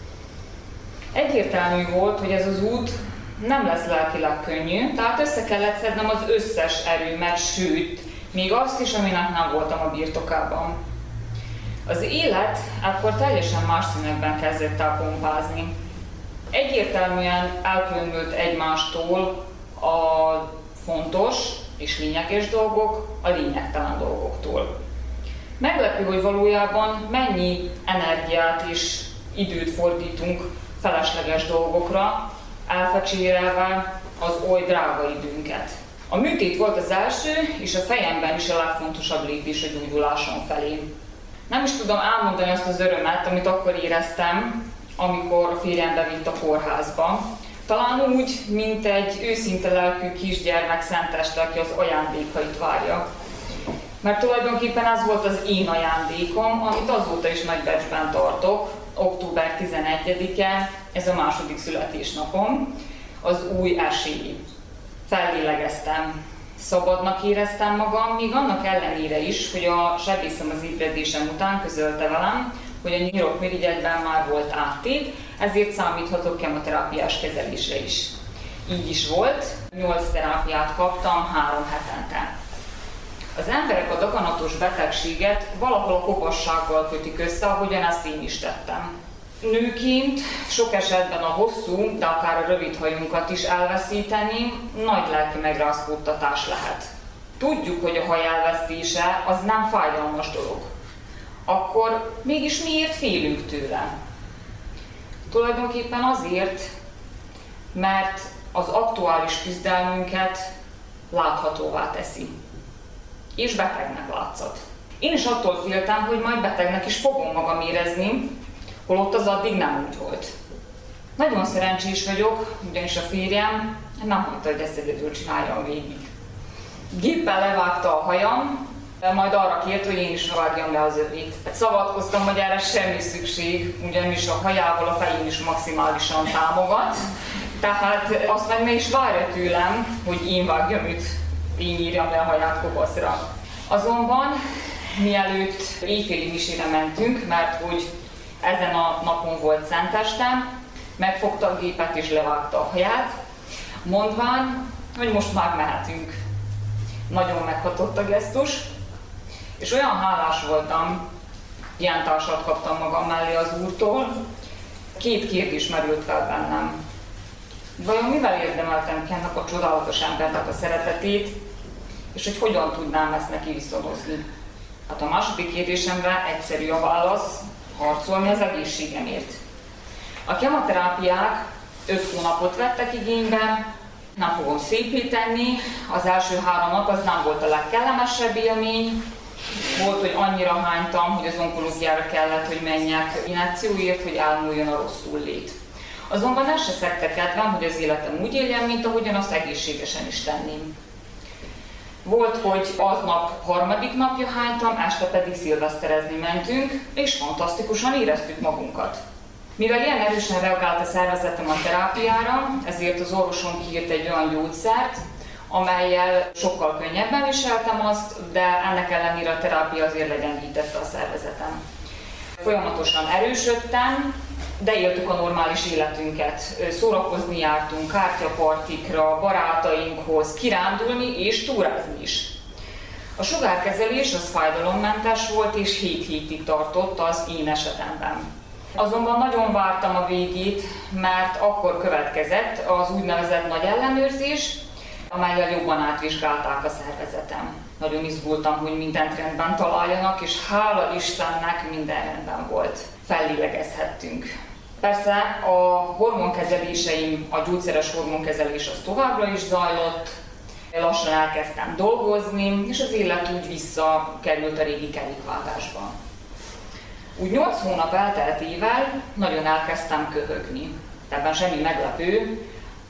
Egyértelmű volt, hogy ez az út nem lesz lelkileg könnyű, tehát össze kellett szednem az összes erőmet, sőt, még azt is, aminek nem voltam a birtokában. Az élet akkor teljesen más színekben kezdett el pompázni. Egyértelműen elkülönült egymástól a fontos és lényeges dolgok a lényegtelen dolgoktól. Meglepő, hogy valójában mennyi energiát és időt fordítunk felesleges dolgokra, elfecsérelve az oly drága időnket. A műtét volt az első, és a fejemben is a legfontosabb lépés a gyógyulásom felé. Nem is tudom elmondani azt az örömet, amit akkor éreztem, amikor a férjem bevitt a kórházba. Talán úgy, mint egy őszinte lelkű kisgyermek szenteste, aki az ajándékait várja. Mert tulajdonképpen ez volt az én ajándékom, amit azóta is nagy becsben tartok, október tizenegyedike, ez a második születésnapom, az új esély. Fellélegeztem, szabadnak éreztem magam, még annak ellenére is, hogy a sebészem az ébredésem után közölte velem, hogy a nyirokmirigyekben már volt áttét, ezért számíthatok kemoterápiás kezelésre is. Így is volt, nyolc terápiát kaptam három hetente. Az emberek a daganatos betegséget valahol a kopassággal kötik össze, ahogyan ezt én is tettem. Nőként sok esetben a hosszú, de akár a rövid hajunkat is elveszíteni nagy lelki megrázkódtatás lehet. Tudjuk, hogy a haj elvesztése az nem fájdalmas dolog. Akkor mégis miért félünk tőle? Tulajdonképpen azért, mert az aktuális küzdelmünket láthatóvá teszi. És betegnek látszat. Én is attól féltem, hogy majd betegnek is fogom magam érezni, holott az addig nem úgy volt. Nagyon szerencsés vagyok, ugyanis a férjem nem mondta, hogy ezt egyedül csináljam végig. Géppel levágta a hajam, majd arra kért, hogy én is vágjam le az övét. Szavatkoztam, hogy erre semmi szükség, ugyanis a hajával a fején is maximálisan támogat, tehát azt meg ne is várja tőlem, hogy én vágjam őt, én írjam le a haját kopaszra. Azonban mielőtt éjféli misére mentünk, mert hogy ezen a napon volt szenteste, megfogta a gépet és levágta a haját, mondván, hogy most már mehetünk. Nagyon meghatott a gesztus, és olyan hálás voltam, ilyen társat kaptam magam mellé az Úrtól, két kérdés merült fel bennem. Vajon mivel érdemeltem ki ennek a csodálatos embernek a szeretetét, és hogy hogyan tudnám ezt neki viszonozni? Hát a második kérdésemre egyszerű a válasz, harcolni az egészségemért. A kemoterápiák öt hónapot vettek igénybe, nem fogom szépé tenni, az első három nap az nem volt a legkellemesebb élmény, volt, hogy annyira hánytam, hogy az onkológiára kellett, hogy menjek injekcióért, hogy elmúljon a rosszul lét. Azonban ez se szekte kedvem, hogy az életem úgy éljen, mint ahogyan azt egészségesen is tenném. Volt, hogy aznap harmadik napja hánytam, este pedig szilveszterezni mentünk, és fantasztikusan éreztük magunkat. Mivel ilyen erősen reagált a szervezetem a terápiára, ezért az orvosom kiírt egy olyan gyógyszert, amellyel sokkal könnyebben viseltem azt, de ennek ellenére a terápia azért legyengítette a szervezetem. Folyamatosan erősödtem, de éltük a normális életünket. Szórakozni jártunk, kártyapartikra, barátainkhoz, kirándulni és túrázni is. A sugárkezelés az fájdalommentes volt és hét hétig tartott az én esetemben. Azonban nagyon vártam a végét, mert akkor következett az úgynevezett nagy ellenőrzés, amellyel jobban átvizsgálták a szervezetem. Nagyon izgultam, hogy mindent rendben találjanak, és hála Istennek minden rendben volt. Fellélegezhettünk. Persze a hormonkezeléseim, a gyógyszeres hormonkezelés az továbbra is zajlott, lassan elkezdtem dolgozni, és az élet úgy visszakerült a régi kerékvágásba. Úgy nyolc hónap elteltével nagyon elkezdtem köhögni. Ebben semmi meglepő,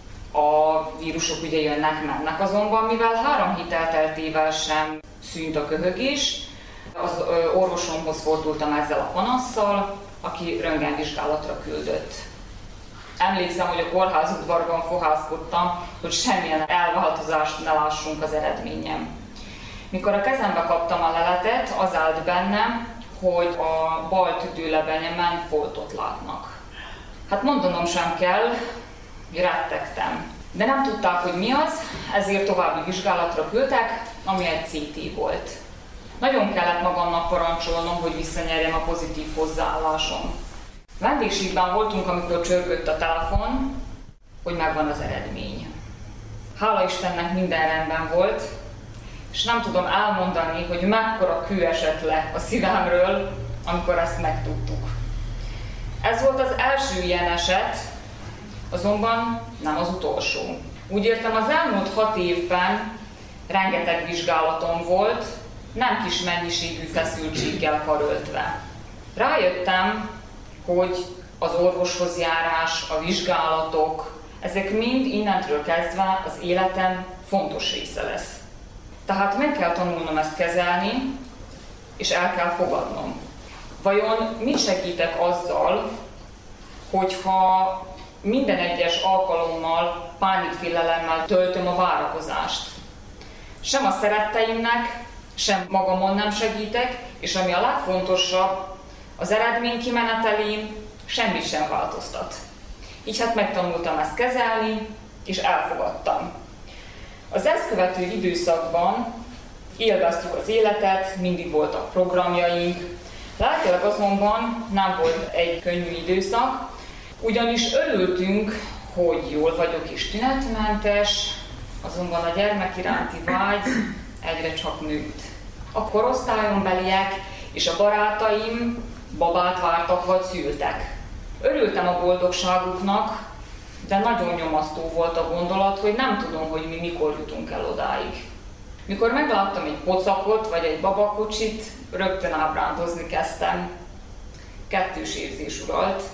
a vírusok ugye jönnek-mennek, azonban mivel három hét elteltével sem szűnt a köhögés, az orvosomhoz fordultam ezzel a panasszal, aki röntgenvizsgálatra küldött. Emlékszem, hogy a kórházudvarban fohászkodtam, hogy semmilyen elváltozást ne lássunk az eredményem. Mikor a kezembe kaptam a leletet, az állt bennem, hogy a bal tüdőlebenyemen foltot látnak. Hát mondanom sem kell, hogy rettegtem. De nem tudták, hogy mi az, ezért további vizsgálatra küldtek, ami egy cé té volt. Nagyon kellett magamnak parancsolnom, hogy visszanyerjem a pozitív hozzáállásom. Vendégségben voltunk, amikor csörgött a telefon, hogy megvan az eredmény. Hála Istennek minden rendben volt, és nem tudom elmondani, hogy mekkora kő esett le a szívemről, amikor ezt megtudtuk. Ez volt az első ilyen eset, azonban nem az utolsó. Úgy értem, az elmúlt hat évben rengeteg vizsgálatom volt, nem kis mennyiségű feszültséggel karöltve. Rájöttem, hogy az orvoshoz járás, a vizsgálatok, ezek mind innentől kezdve az életem fontos része lesz. Tehát meg kell tanulnom ezt kezelni, és el kell fogadnom. Vajon mit segítek azzal, hogyha minden egyes alkalommal pánikfélelemmel töltöm a várakozást? Sem a szeretteimnek, sem magamon nem segítek, és ami a legfontosabb, az eredmény kimenetelén semmit sem változtat. Így hát megtanultam ezt kezelni, és elfogadtam. Az ezt követő időszakban élveztük az életet, mindig voltak programjaink, lelkileg azonban nem volt egy könnyű időszak, ugyanis örültünk, hogy jól vagyok és tünetmentes, azonban a gyermek iránti vágy egyre csak nőtt. A korosztályon beliek és a barátaim babát vártak vagy szültek. Örültem a boldogságuknak, de nagyon nyomasztó volt a gondolat, hogy nem tudom, hogy mi mikor jutunk el odáig. Mikor megláttam egy pocakot vagy egy babakocsit, rögtön ábrándozni kezdtem. Kettős érzés uralt.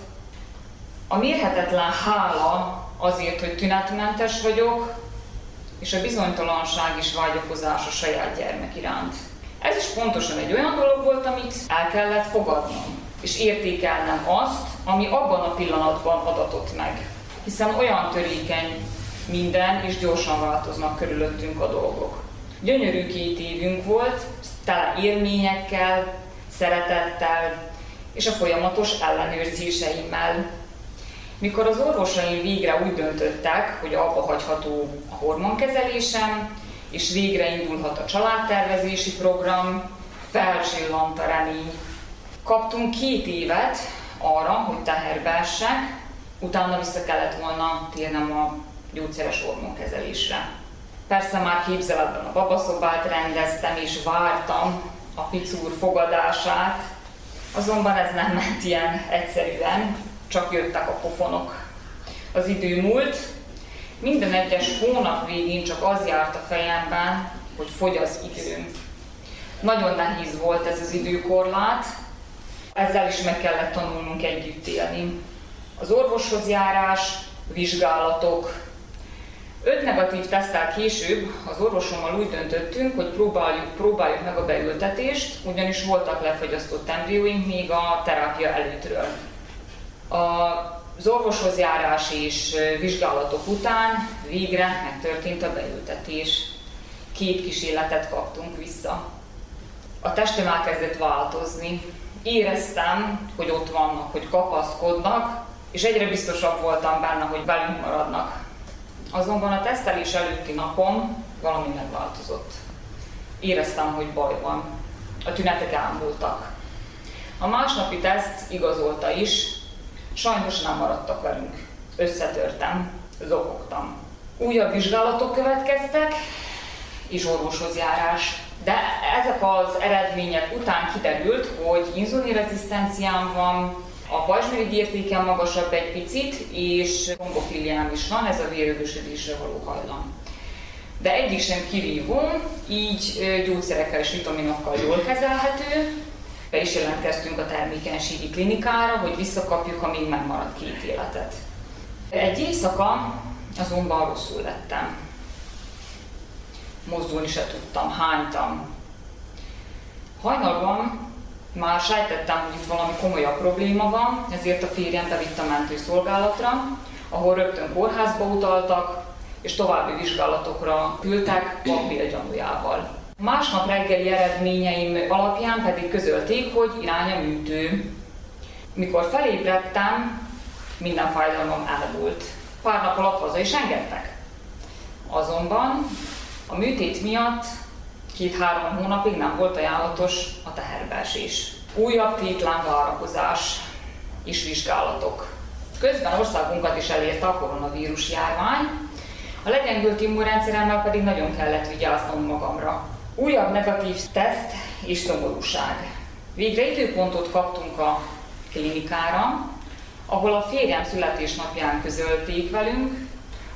A mérhetetlen hála azért, hogy tünetmentes vagyok, és a bizonytalanság is vágyakozás a saját gyermek iránt. Ez is pontosan egy olyan dolog volt, amit el kellett fogadnom, és értékelnem azt, ami abban a pillanatban adatott meg. Hiszen olyan törékeny minden, és gyorsan változnak körülöttünk a dolgok. Gyönyörű két évünk volt, tele élményekkel, szeretettel, és a folyamatos ellenőrzéseimmel. Mikor az orvosaim végre úgy döntöttek, hogy abba hagyható a hormonkezelésem, és végre indulhat a családtervezési program, felzsillant a remény. Kaptunk két évet arra, hogy teherbe essek, utána vissza kellett volna térnem a gyógyszeres hormonkezelésre. Persze már képzeletben a babaszobát rendeztem, és vártam a picúr fogadását, azonban ez nem ment ilyen egyszerűen, csak jöttek a pofonok. Az idő múlt, minden egyes hónap végén csak az járt a fejemben, hogy fogy az időm. Nagyon nehéz volt ez az időkorlát, ezzel is meg kellett tanulnunk együtt élni. Az orvoshoz járás, vizsgálatok. Öt negatív teszttel később az orvosommal úgy döntöttünk, hogy próbáljuk, próbáljuk meg a beültetést, ugyanis voltak lefagyasztott embrióink még a terápia előttről. Az orvoshoz járás és vizsgálatok után végre megtörtént a beültetés. Két kísérletet kaptunk vissza. A testem elkezdett változni. Éreztem, hogy ott vannak, hogy kapaszkodnak, és egyre biztosabb voltam benne, hogy velünk maradnak. Azonban a tesztelés előtti napon valami megváltozott. Éreztem, hogy baj van. A tünetek elmúltak. A másnapi teszt igazolta is, sajnos nem maradtak velünk. Összetörtem, zokogtam. Újabb vizsgálatok következtek, és orvoshoz járás. De ezek az eredmények után kiderült, hogy inzulinrezisztenciám van, a pajzsmirigy értéken magasabb egy picit, és trombofíliám is van, ez a vérögösödésre való hajlam. De egyik sem kirívó, így gyógyszerekkel és vitaminokkal jól kezelhető. Be is jelentkeztünk a termékenységi klinikára, hogy visszakapjuk, amíg megmaradt két életet. Egy éjszaka azonban rosszul lettem. Mozdulni se tudtam, hánytam. Hajnalban már sejtettem, hogy itt valami komolyabb probléma van, ezért a férjem bevitt a mentőszolgálatra, ahol rögtön kórházba utaltak, és további vizsgálatokra küldtek vakbél gyanújával. Másnap reggeli eredményeim alapján pedig közölték, hogy irány a műtő. Mikor felébredtem, minden fájdalmam elmúlt. Pár nap alatt haza is engedtek. Azonban a műtét miatt két-három hónapig nem volt ajánlatos a teherbeesés. Újabb tétlen várakozás és vizsgálatok. Közben országunkat is elérte a koronavírus járvány, a legyengült immunrendszeremmel pedig nagyon kellett vigyáznom magamra. Újabb negatív teszt és szomorúság. Végre időpontot kaptunk a klinikára, ahol a férjem születésnapján közölték velünk,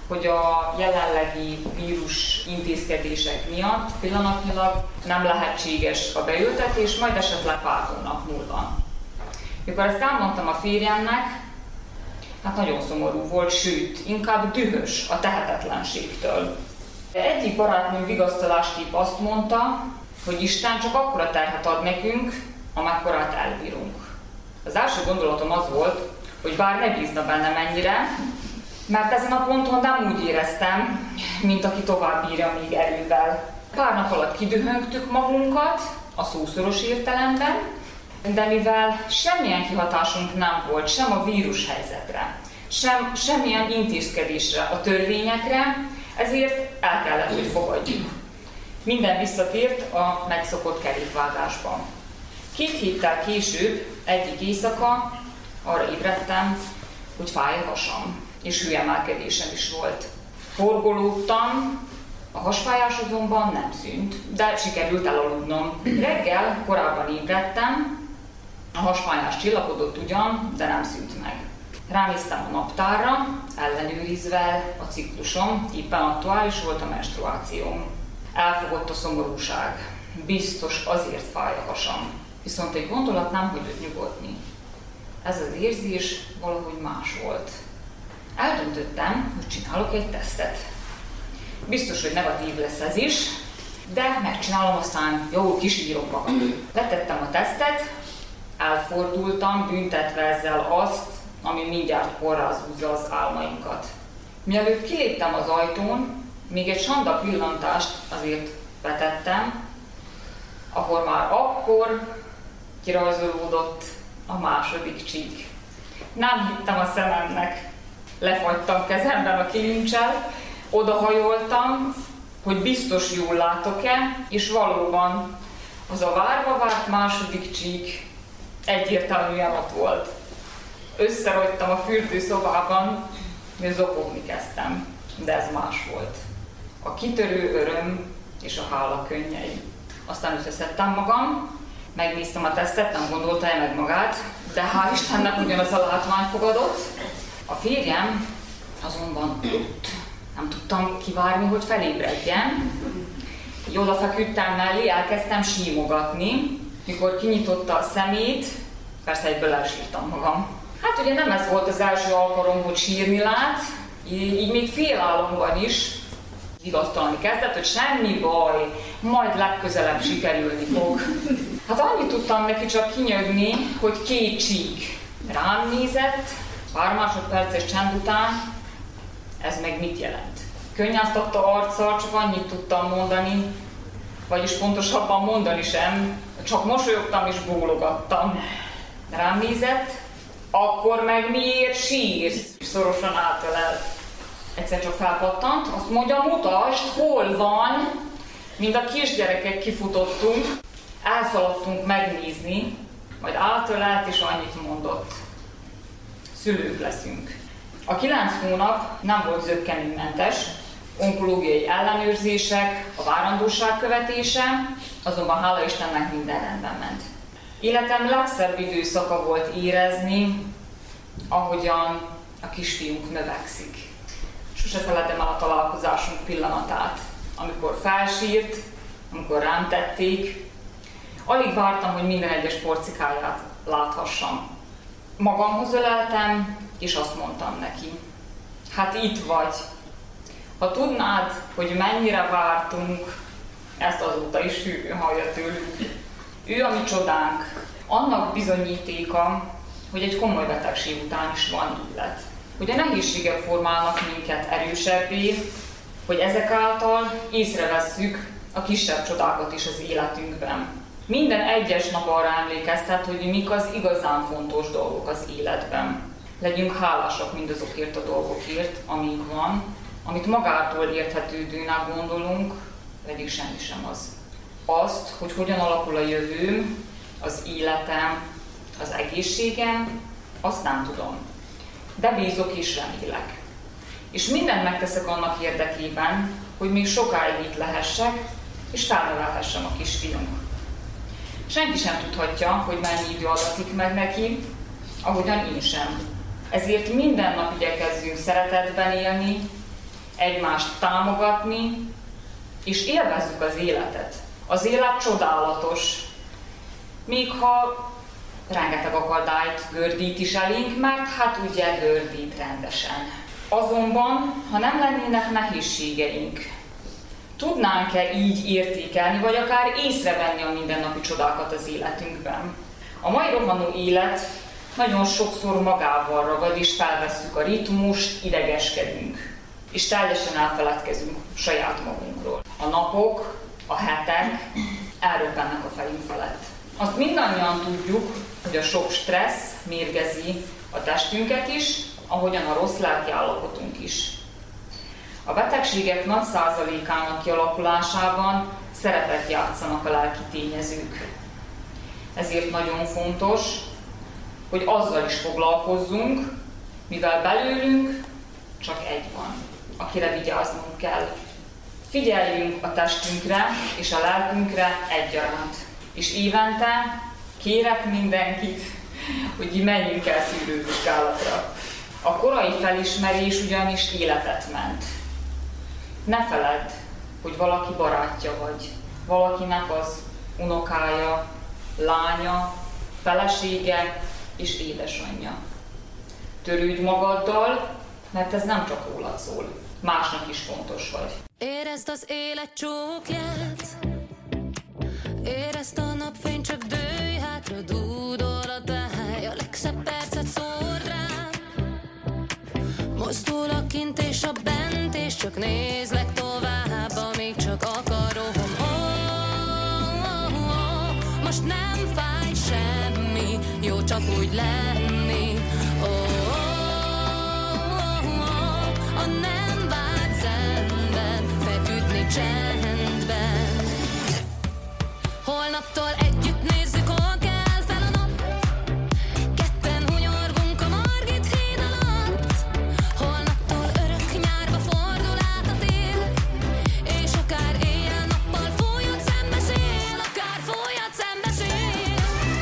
hogy a jelenlegi vírus intézkedések miatt pillanatnyilag nem lehetséges a beültetés, majd esetleg pár hónap múlva. Mikor ezt elmondtam a férjemnek, hát nagyon szomorú volt, sőt, inkább dühös a tehetetlenségtől. Egyik barátnőm vigasztalásképp azt mondta, hogy Isten csak akkora terhet ad nekünk, amekkorát elbírunk. Az első gondolatom az volt, hogy bár ne bízna bennem ennyire, mert ezen a ponton nem úgy éreztem, mint aki tovább bírja még erővel. Pár nap alatt kidühöngtük magunkat, a szószoros értelemben, de mivel semmilyen kihatásunk nem volt sem a vírushelyzetre, sem semmilyen intézkedésre, a törvényekre, ezért el kellett, hogy fogadjuk. Minden visszatért a megszokott kerékvágásba. Két héttel később, egyik éjszaka arra ébredtem, hogy fáj a hasam, és hőemelkedésem is volt. Forgolódtam, a hasfájás azonban nem szűnt, de sikerült elaludnom. Reggel korábban ébredtem, a hasfájás csillapodott ugyan, de nem szűnt meg. Ránéztem a naptárra, ellenőrizve a ciklusom, éppen aktuális volt a menstruációm. Elfogott a szomorúság. Biztos azért fáj a hasam. Viszont egy gondolat nem hagyott nyugodni. Ez az érzés valahogy más volt. Eldöntöttem, hogy csinálok egy tesztet. Biztos, hogy negatív lesz ez is, de megcsinálom, aztán jól kisírok magam. Letettem a tesztet, elfordultam, büntetve ezzel azt, ami mindjárt porráz húzza az álmainkat. Mielőtt kiléptem az ajtón, még egy sanda pillantást azért vetettem, ahol már akkor kirajzolódott a második csík. Nem hittem a szememnek. Lefagytam kezemben a kilincsel, odahajoltam, hogy biztos jól látok-e, és valóban az a várva várt második csík egyértelműen ott volt. Összerogytam a fürdőszobában, és zokogni kezdtem, de ez más volt. A kitörő öröm és a hála könnyei. Aztán összeszedtem magam, megnéztem a tesztet, nem gondolta el meg magát, de hál' Istennek ugyanaz a látvány fogadott. A férjem azonban ott. Nem tudtam kivárni, hogy felébredjen. Így odafeküdtem mellé, elkezdtem símogatni. Mikor kinyitotta a szemét, persze egyből elsírtam magam. Hát ugye nem ez volt az első alkalom, hogy sírni lát, így még félálomban is vigasztalni kezdett, hogy semmi baj, majd legközelebb sikerülni fog. Hát annyit tudtam neki csak kinyögni, hogy két csík. Rám nézett, pár másodperces csend után, ez meg mit jelent? Könnyáztatta arccal, csak annyit tudtam mondani, vagyis pontosabban mondani sem, csak mosolyogtam és bólogattam. Rám nézett, akkor meg miért sírsz? Szorosan átölelt. Egyszer csak felpattant, azt mondja, mutasd, hol van? Mind a kisgyerekek kifutottunk, elszaladtunk megnézni, majd átölelt és annyit mondott. Szülők leszünk. A kilenc hónap nem volt zökkenőmentes, onkológiai ellenőrzések, a várandóság követése, azonban hála Istennek minden rendben ment. Életem legszebb időszaka volt érezni, ahogyan a kisfiunk növekszik. Sose feledem el a találkozásunk pillanatát, amikor felsírt, amikor rám tették. Alig vártam, hogy minden egyes porcikáját láthassam. Magamhoz öleltem, és azt mondtam neki, hát itt vagy. Ha tudnád, hogy mennyire vártunk, ezt azóta is hűvő hallja tőlünk. Ő a mi csodánk, annak bizonyítéka, hogy egy komoly betegség után is van élet. Hogy a nehézségek formálnak minket erősebbé, hogy ezek által észrevesszük a kisebb csodákat is az életünkben. Minden egyes nap arra emlékeztet, hogy mik az igazán fontos dolgok az életben. Legyünk hálásak mindazokért a dolgokért, amink van, amit magától érthetődőnek gondolunk, pedig semmi sem az. Azt, hogy hogyan alakul a jövőm, az életem, az egészségem, azt nem tudom. De bízok és remélek. És mindent megteszek annak érdekében, hogy még sokáig itt lehessek, és felnevelhessem a kisfiunk. Senki sem tudhatja, hogy mennyi idő adatik meg neki, ahogyan én sem. Ezért minden nap igyekezzünk szeretetben élni, egymást támogatni, és élvezzük az életet. Az élet csodálatos, még ha rengeteg akadályt gördít is elénk, mert hát ugye gördít rendesen. Azonban, ha nem lennének nehézségeink, tudnánk-e így értékelni, vagy akár észrevenni a mindennapi csodákat az életünkben? A mai rohanó élet nagyon sokszor magával ragad, és felvesszük a ritmust, idegeskedünk, és teljesen elfeledkezünk saját magunkról. A napok, a hetek elröppennek a fejünk felett. Azt mindannyian tudjuk, hogy a sok stressz mérgezi a testünket is, ahogyan a rossz lelki állapotunk is. A betegségek nagy százalékának kialakulásában szerepet játszanak a lelki tényezők. Ezért nagyon fontos, hogy azzal is foglalkozzunk, mivel belőlünk csak egy van, akire vigyáznunk kell. Figyeljünk a testünkre és a lelkünkre egyaránt, és évente kérek mindenkit, hogy menjünk el szűrővizsgálatra. A korai felismerés ugyanis életet ment. Ne feledd, hogy valaki barátja vagy, valakinek az unokája, lánya, felesége és édesanyja. Törődj magaddal, mert ez nem csak rólad szól, másnak is fontos vagy. Érezd az élet csókját, érezd a napfény, csak dőj hátra, dúdol a táj, a legszebb percet szórd rám. Mozdul a kint és a bent, és csak nézlek tovább, amíg csak akarom. Oh, oh, oh, most nem fáj semmi, jó csak úgy lenni. Oh, oh, oh, oh, a nem vált szemben, feküdni csendben. Holnaptól együtt nézzük, hol kell fel a nap. Ketten hunyorgunk a Margit híd alatt. Holnaptól örök nyárba fordul át a tél, és akár éjjel-nappal fújhat szembe szél, akár fújhat szembe szél,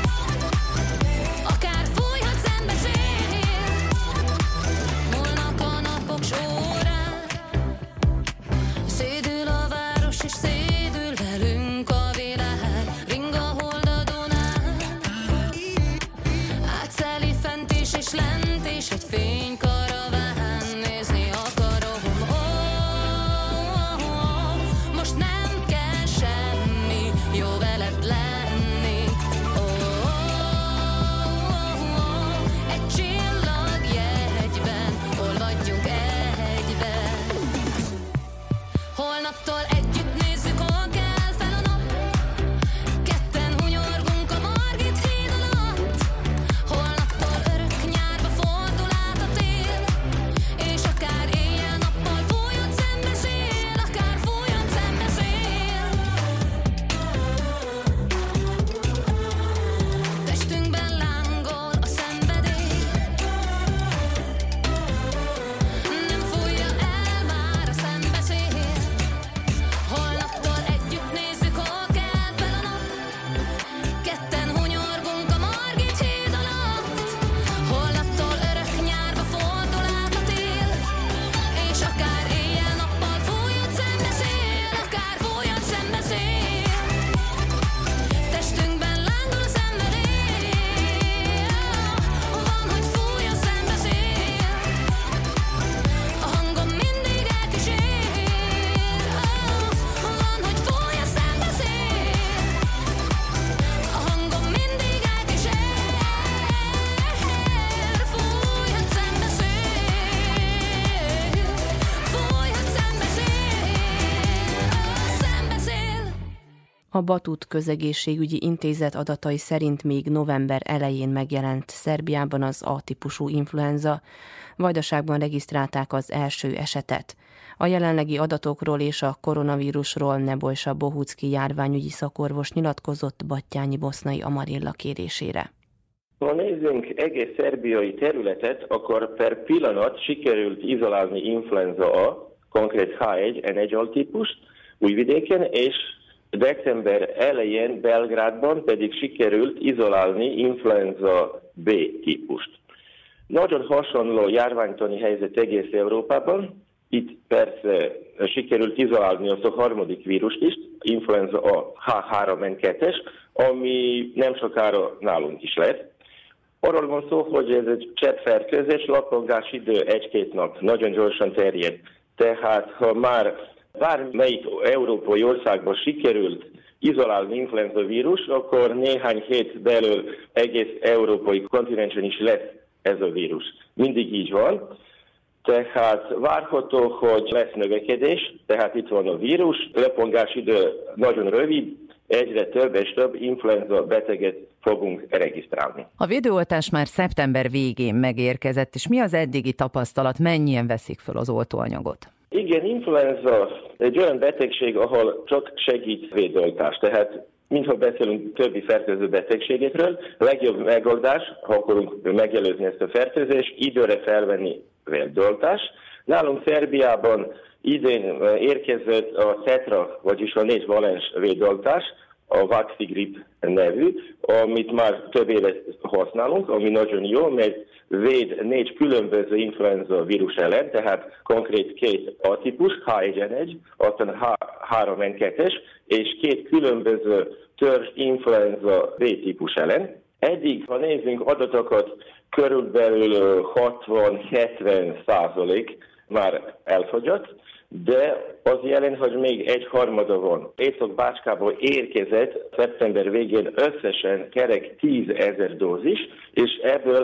akár fújhat szembe szél. Múlnak a napok során, szédül a város és szédül velünk a világ. Ring a hold a Dunán, átszeli fent is és lent, és egy fénykaraván nézni akarom. Oh, oh, oh, most nem kell semmi, jó veled lenni. Oh, oh, oh, egy csillag jegyben, olvadjunk egyben. Holnaptól együtt nézzük, hol kell fel a nap. Ketten hunyorgunk a Margit híd alatt. Holnaptól örök nyárba fordul át a tél, és akár éjjel-nappal fújjon szembe szél, akár fújjon szembe szél. Testünkben lángol a szenvedély, nem fújja el már a szembeszél. Holnaptól együtt nézzük, hol kell fel a nap. Ketten hunyorgunk a Margit híd alatt. Holnaptól örök nyárba fordul át a tél, és akár éjjel-nappal fújjon szembe szél, akár fújjon szembe szél. Testünkben lángol a szenvedély, van, hogy fúj a szembe szél. A hangom mindig elkísér, van, hogy fúj a szembe szél. A hangom mindig elkísér, fújhat szembe szél, fújhat szembe szél, szembe szél. A Batut Közegészségügyi Intézet adatai szerint még november elején megjelent Szerbiában az A-típusú influenza. Vajdaságban regisztrálták az első esetet. A jelenlegi adatokról és a koronavírusról Nebojsa Bohucki járványügyi szakorvos nyilatkozott Battyányi Bosznai Amarilla kérésére. Ha nézzünk egész szerbiai területet, akkor per pillanat sikerült izolálni influenza A, konkrét H egy N egy altípust Újvidéken, és december elején Belgrádban pedig sikerült izolálni influenza B típust. Nagyon hasonló járványtani helyzet egész Európában, Itt persze sikerült izolálni azt a harmadik vírust is, influenza A H három N kettes, ami nem sokára nálunk is lesz. Arról van szó, hogy ez egy cseppfertőzés, lapongás idő egy-két nap, nagyon gyorsan terjed. Tehát ha már bármelyik európai országban sikerült izolálni influenza vírus, akkor néhány hét belül egész európai kontinensen is lesz ez a vírus. Mindig így van. Tehát várható, hogy lesz növekedés, tehát itt van a vírus, lepongás idő nagyon rövid, egyre több és több influenza beteget fogunk regisztrálni. A védőoltás már szeptember végén megérkezett, és mi az eddigi tapasztalat, mennyien veszik fel az oltóanyagot? Igen, influenza egy olyan betegség, ahol csak segít védőoltás. Tehát mintha beszélünk többi fertőző betegségekről, a legjobb megoldás, ha akarunk megelőzni ezt a fertőzést, időre felvenni védőoltás. Nálunk Szerbiában idén érkezett a Cetra, vagyis a négy valens védőoltás, a Vaxigrip nevű, amit már több éve használunk, ami nagyon jó, mert véd négy különböző influenza vírus ellen, tehát konkrét két A-típus, H egy N egy, aztán H három N kettes, és két különböző törzs influenza B-típus ellen. Eddig, ha nézzünk adatokat, körülbelül hatvan-hetven százalék már elfogyott, de az jelent, hogy még egy harmada van. Észak-Bácskából érkezett szeptember végén összesen kerek tízezer dózis, és ebből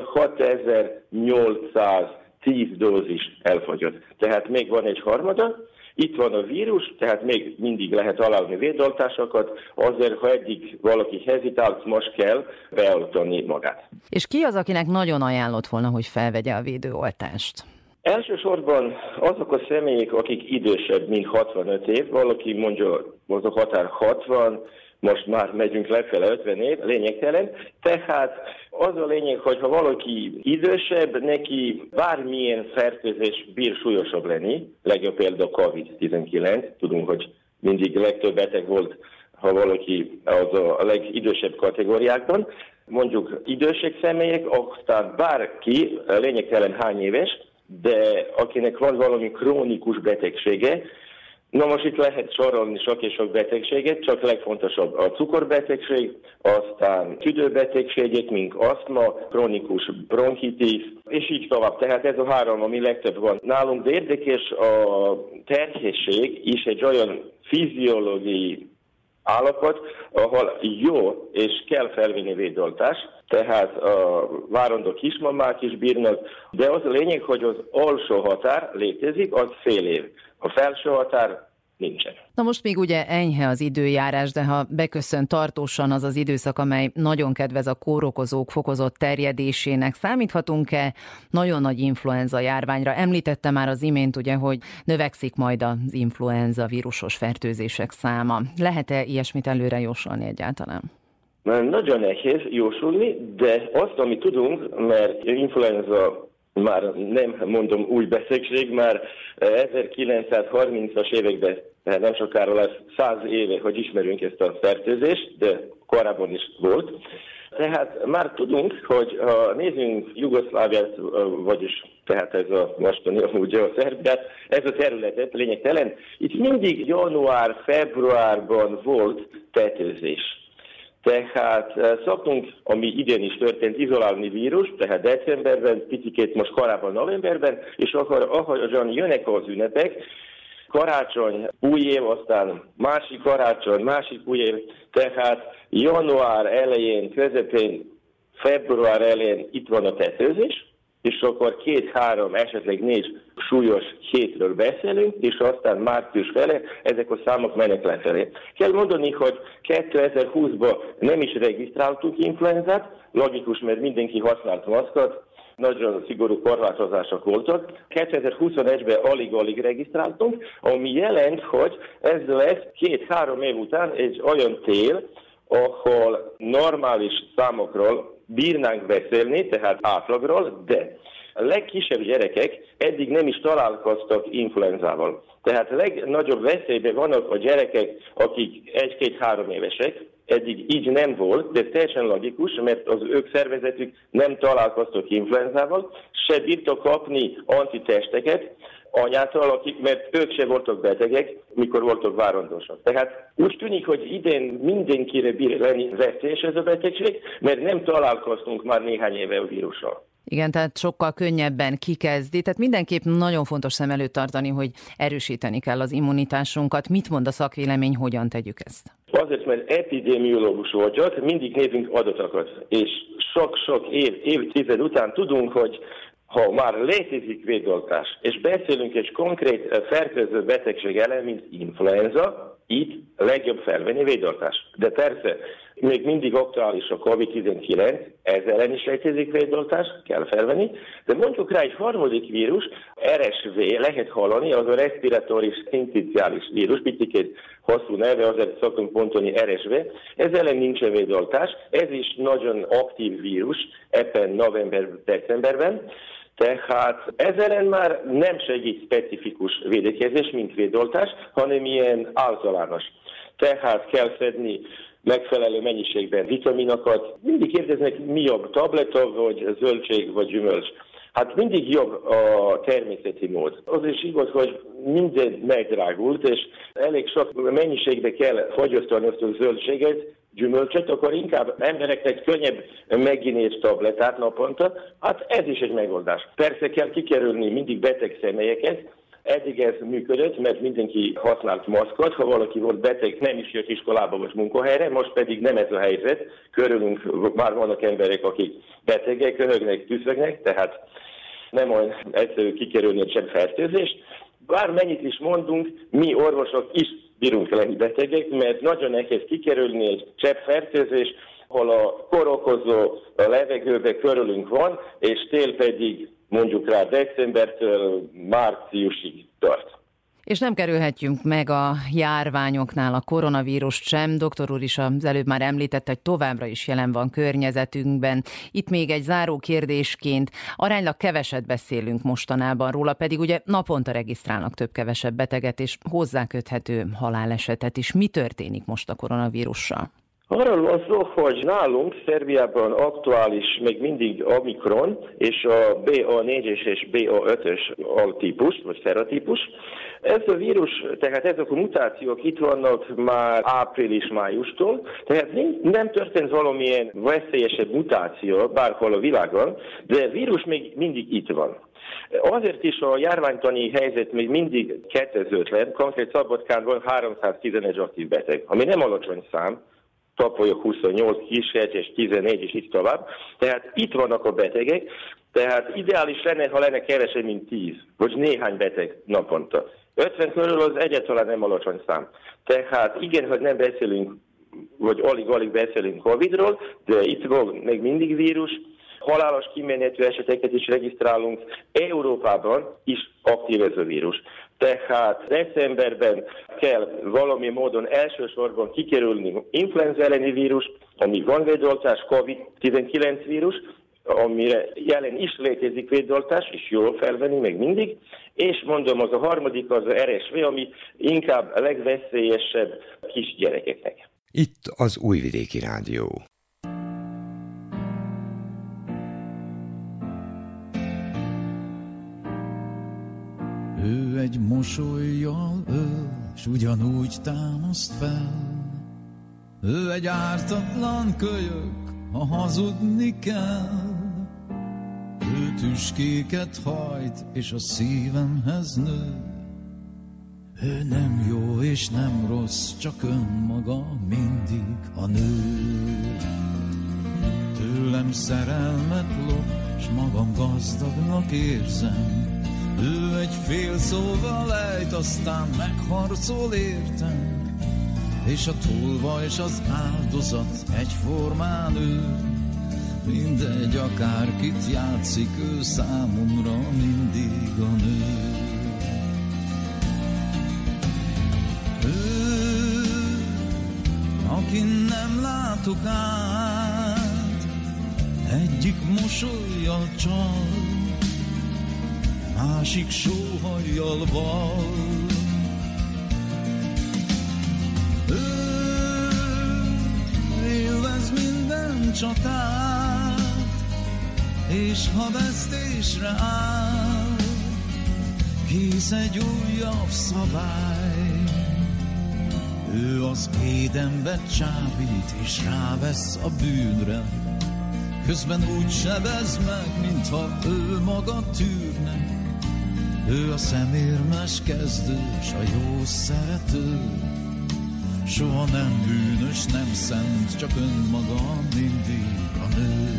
hatezer-nyolcszáztíz dózis elfogyott. Tehát még van egy harmada. Itt van a vírus, tehát még mindig lehet találni védoltásokat, azért, ha eddig valaki hezitált, most kell beoltani magát. És ki az, akinek nagyon ajánlott volna, hogy felvegye a védőoltást? Elsősorban azok a személyek, akik idősebb, mint hatvanöt év, valaki mondja, az a határ hatvan, most már megyünk lefele ötven év, lényegtelen. Tehát az a lényeg, hogy ha valaki idősebb, neki bármilyen fertőzés bír súlyosabb lenni, legjobb például kovid tizenkilenc, tudunk, hogy mindig legtöbb beteg volt, ha valaki az a legidősebb kategóriákban, mondjuk idősek személyek, aztán bárki, lényegtelen hány éves, de akinek van valami krónikus betegsége, na most itt lehet sorolni sok és sok betegséget, csak legfontosabb a cukorbetegség, aztán tüdőbetegségek, mint asztma, krónikus bronchitis, és így tovább. Tehát ez a három, ami legtöbb van nálunk, de érdekes a terhesség is egy olyan fiziológiai állapot, ahol jó és kell felvenni védőoltást, tehát a várandó kismamák is bírnak, de az a lényeg, hogy az alsó határ létezik, az fél év. A felső határ nincsen. Na most még ugye enyhe az időjárás, de ha beköszön tartósan az az időszak, amely nagyon kedvez a kórokozók fokozott terjedésének, számíthatunk-e nagyon nagy influenza járványra? Említette már az imént ugye, hogy növekszik majd az influenza vírusos fertőzések száma. Lehet-e ilyesmit előre jósolni egyáltalán? Nagyon nehéz jósolni, de azt, amit tudunk, mert influenza már nem mondom új betegség, már ezerkilencszázharmincas években, nem sokára lesz száz éve, hogy ismerünk ezt a fertőzést, de korábban is volt. Tehát már tudunk, hogy ha nézzünk Jugoszláviát, vagyis tehát ez a mostani, ugye a Szerbiát, ez a területet lényegtelen, itt mindig január-februárban volt tetőzés. Tehát szoktunk, ami idén is történt, izolálni vírus, tehát decemberben, picikét most korábban novemberben, és akkor ahogyan jönnek az ünnepek, karácsony, új év, aztán másik karácsony, másik új év, tehát január elején, közepén, február elején itt van a tetőzés, és akkor két-három, esetleg négy súlyos hétről beszélünk, és aztán március fele ezek a számok mennek lefelé. Kell mondani, hogy kétezer-húszban nem is regisztráltunk influenzát, logikus, mert mindenki használt maszkot, nagyon szigorú korlátozások voltak. kétezer-huszonegyben alig-alig regisztráltunk, ami jelent, hogy ez lesz két-három év után egy olyan tél, ahol normális számokról bírnánk beszélni, tehát átlagról, de a legkisebb gyerekek eddig nem is találkoztak influenzával. Tehát a legnagyobb veszélyben vannak a gyerekek, akik egy-két-három évesek, eddig így nem volt, de teljesen logikus, mert az ők szervezetük nem találkoztak influenzával, se bírtak kapni antitesteket, anyától, akik, mert ők se voltak betegek, mikor voltak várandósak. Tehát úgy tűnik, hogy idén mindenkire bír lenni veszélyes ez a betegség, mert nem találkoztunk már néhány éve a vírussal. Igen, tehát sokkal könnyebben kikezdi, tehát mindenképp nagyon fontos szem előtt tartani, hogy erősíteni kell az immunitásunkat. Mit mond a szakvélemény, hogyan tegyük ezt? Azért, mert epidemiológus vagyok, mindig nézünk adatokat, és sok-sok év, évtized után tudunk, hogy ha már létezik védoltás, és beszélünk egy konkrét fertőző betegség ellen, mint influenza, itt legjobb felvenni védoltást. De persze, még mindig aktuális a kovid tizenkilenc, ez ellen is létezik védoltás, kell felvenni, de mondjuk rá egy harmadik vírus, er es vé, lehet hallani, az a respiratoris szintíciális vírus, picit hosszú neve, azért szoktunk mondani er es vé, ez ellen nincsen védoltás, ez is nagyon aktív vírus, ebben november-decemberben, tehát ez ellen már nem segít specifikus védekezés, mint védoltás, hanem ilyen általános. Tehát kell szedni megfelelő mennyiségben vitaminokat. Mindig kérdeznek, mi jobb, tabletta, vagy zöldség, vagy gyümölcs. Hát mindig jobb a természeti mód. Az is igaz, hogy minden megdrágult, és elég sok mennyiségbe kell fogyasztani azt a zöldséget, gyümölcsöt, akkor inkább embereknek könnyebb meginni egy tablettát naponta. Hát ez is egy megoldás. Persze kell kikerülni mindig beteg személyeket. Eddig ez működött, mert mindenki használt maszkot, ha valaki volt beteg, nem is jött iskolába vagy munkahelyre, most pedig nem ez a helyzet. Körülünk már vannak emberek, akik betegek, köhögnek, tüszögnek, tehát nem olyan egyszerű kikerülni egy sebfertőzést. Bármennyit is mondunk, mi orvosok is bírunk lenni betegek, mert nagyon nehéz kikerülni egy cseppfertőzés, hol a korokozó a levegőbe körülünk van, és tél pedig mondjuk rá decembertől márciusig tart. És nem kerülhetjünk meg a járványoknál a koronavírust sem. Doktor úr is az előbb már említette, hogy továbbra is jelen van környezetünkben. Itt még egy záró kérdésként, aránylag keveset beszélünk mostanában róla, pedig ugye naponta regisztrálnak több-kevesebb beteget és hozzáköthető halálesetet is. Mi történik most a koronavírussal? Arról van szó, hogy nálunk Szerbiában aktuális még mindig Omikron és a bé á négyes és bé á ötös altípus, vagy szerotípus. Ez a vírus, tehát ezek a mutációk itt vannak már április-májustól, tehát nem történt valamilyen veszélyesebb mutáció bárhol a világon, de a vírus még mindig itt van. Azért is a járványtani helyzet még mindig kétezer-ötven, konkrét Szabadkán van háromszáztizenegy aktív beteg, ami nem alacsony szám, Tapolyok huszonnyolc, Kiskercs, tizenegy és így tovább. Tehát itt vannak a betegek, tehát ideális lenne, ha lenne kevesebb, mint tíz, vagy néhány beteg naponta. ötven körül az egyáltalán nem alacsony szám. Tehát igen, hogy nem beszélünk, vagy alig-alig beszélünk Covidról, de itt van még mindig vírus, halálos kimenetű eseteket is regisztrálunk, Európában is aktív ez a vírus. Tehát decemberben kell valami módon elsősorban kikerülni influenza elleni vírus, ami van védoltás, kovid tizenkilenc vírus, amire jelen is létezik védoltás, és jól felvenni még mindig, és mondom, az a harmadik az a er es vé, ami inkább a legveszélyesebb kisgyerekeknek. Itt az Újvidéki Rádió. Ő egy mosollyal öl, s ugyanúgy támaszt fel. Ő egy ártatlan kölyök, ha hazudni kell. Ő tüskéket hajt, és a szívemhez nő. Ő nem jó és nem rossz, csak önmaga mindig a nő. Tőlem szerelmet lop, s magam gazdagnak érzem. Ő egy fél szóval ejt, aztán megharcol értem, és a tolvaj és az áldozat egyformán ő. Mindegy, akárkit játszik, ő számomra mindig a nő. Ő, akin nem látok át, egyik mosollyal csal, másik sóhajjal val. Ő élvez minden csatát, és ha vesztésre áll, hisz egy újabb szabály. Ő az édenbe csábít és rávesz a bűnre, közben úgy sebez meg, mintha ő maga tűrne. Ő a szemérmes kezdő, s a jó szerető, soha nem bűnös, nem szent, csak önmaga mindig a nő.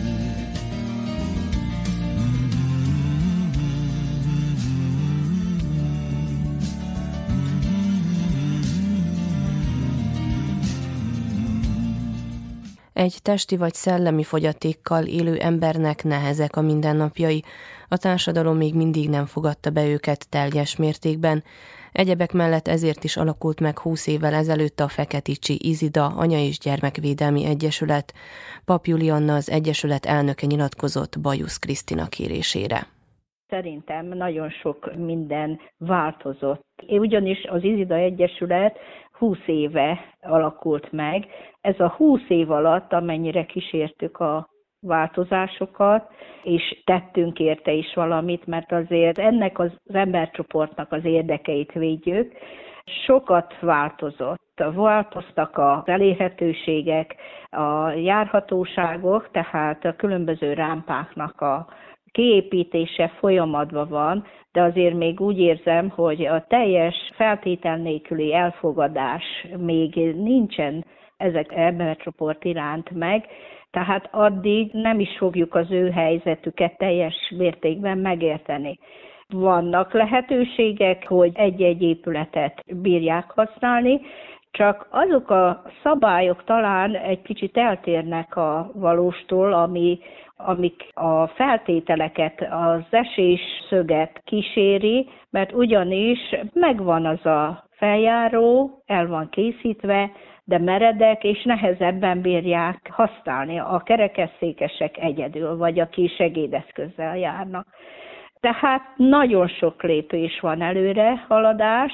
Egy testi vagy szellemi fogyatékkal élő embernek nehezek a mindennapjai, a társadalom még mindig nem fogadta be őket teljes mértékben. Egyebek mellett ezért is alakult meg húsz évvel ezelőtt a Feketicsi Izida Anya- és Gyermekvédelmi Egyesület. Pap Julianna, az Egyesület elnöke nyilatkozott Bajusz Krisztina kérésére. Szerintem nagyon sok minden változott. Ugyanis az Izida Egyesület húsz éve alakult meg. Ez a húsz év alatt, amennyire kísértük a változásokat, és tettünk érte is valamit, mert azért ennek az embercsoportnak az érdekeit védjük, sokat változott. Változtak az elérhetőségek, a járhatóságok, tehát a különböző rámpáknak a kiépítése folyamatban van, de azért még úgy érzem, hogy a teljes feltétel nélküli elfogadás még nincsen ezek embercsoport iránt meg, tehát addig nem is fogjuk az ő helyzetüket teljes mértékben megérteni. Vannak lehetőségek, hogy egy-egy épületet bírják használni, csak azok a szabályok talán egy kicsit eltérnek a valóstól, ami, amik a feltételeket, az esésszöget kíséri, mert ugyanis megvan az a feljáró, el van készítve, de meredek és nehezebben bírják használni a kerekesszékesek egyedül, vagy aki segédeszközzel járnak. Tehát nagyon sok lépés van előre, haladás,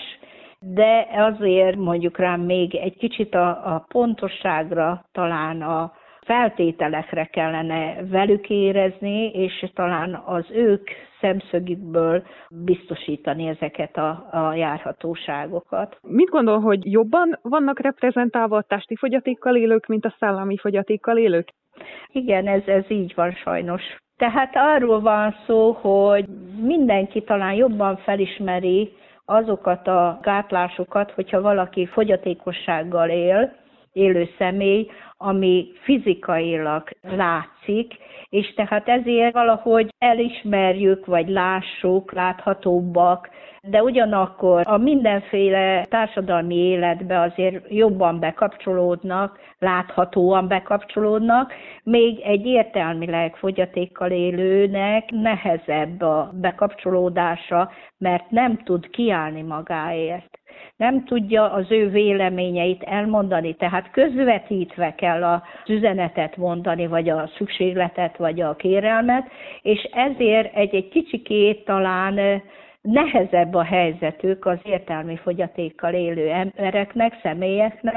de azért mondjuk rám még egy kicsit a, a pontosságra, talán a feltételekre kellene velük érezni, és talán az ők szemszögükből biztosítani ezeket a, a járhatóságokat. Mit gondol, hogy jobban vannak reprezentálva a testi fogyatékkal élők, mint a szellemi fogyatékkal élők? Igen, ez, ez így van sajnos. Tehát arról van szó, hogy mindenki talán jobban felismeri azokat a gátlásokat, hogyha valaki fogyatékossággal él, élő személy, ami fizikailag látszik, és tehát ezért valahogy elismerjük, vagy lássuk, láthatóbbak, de ugyanakkor a mindenféle társadalmi életbe azért jobban bekapcsolódnak, láthatóan bekapcsolódnak, még egy értelmileg fogyatékkal élőnek nehezebb a bekapcsolódása, mert nem tud kiállni magáért. Nem tudja az ő véleményeit elmondani, tehát közvetítve kell az üzenetet mondani, vagy a szükségletet, vagy a kérelmet, és ezért egy-egy kicsikét talán nehezebb a helyzetük az értelmi fogyatékkal élő embereknek, személyeknek,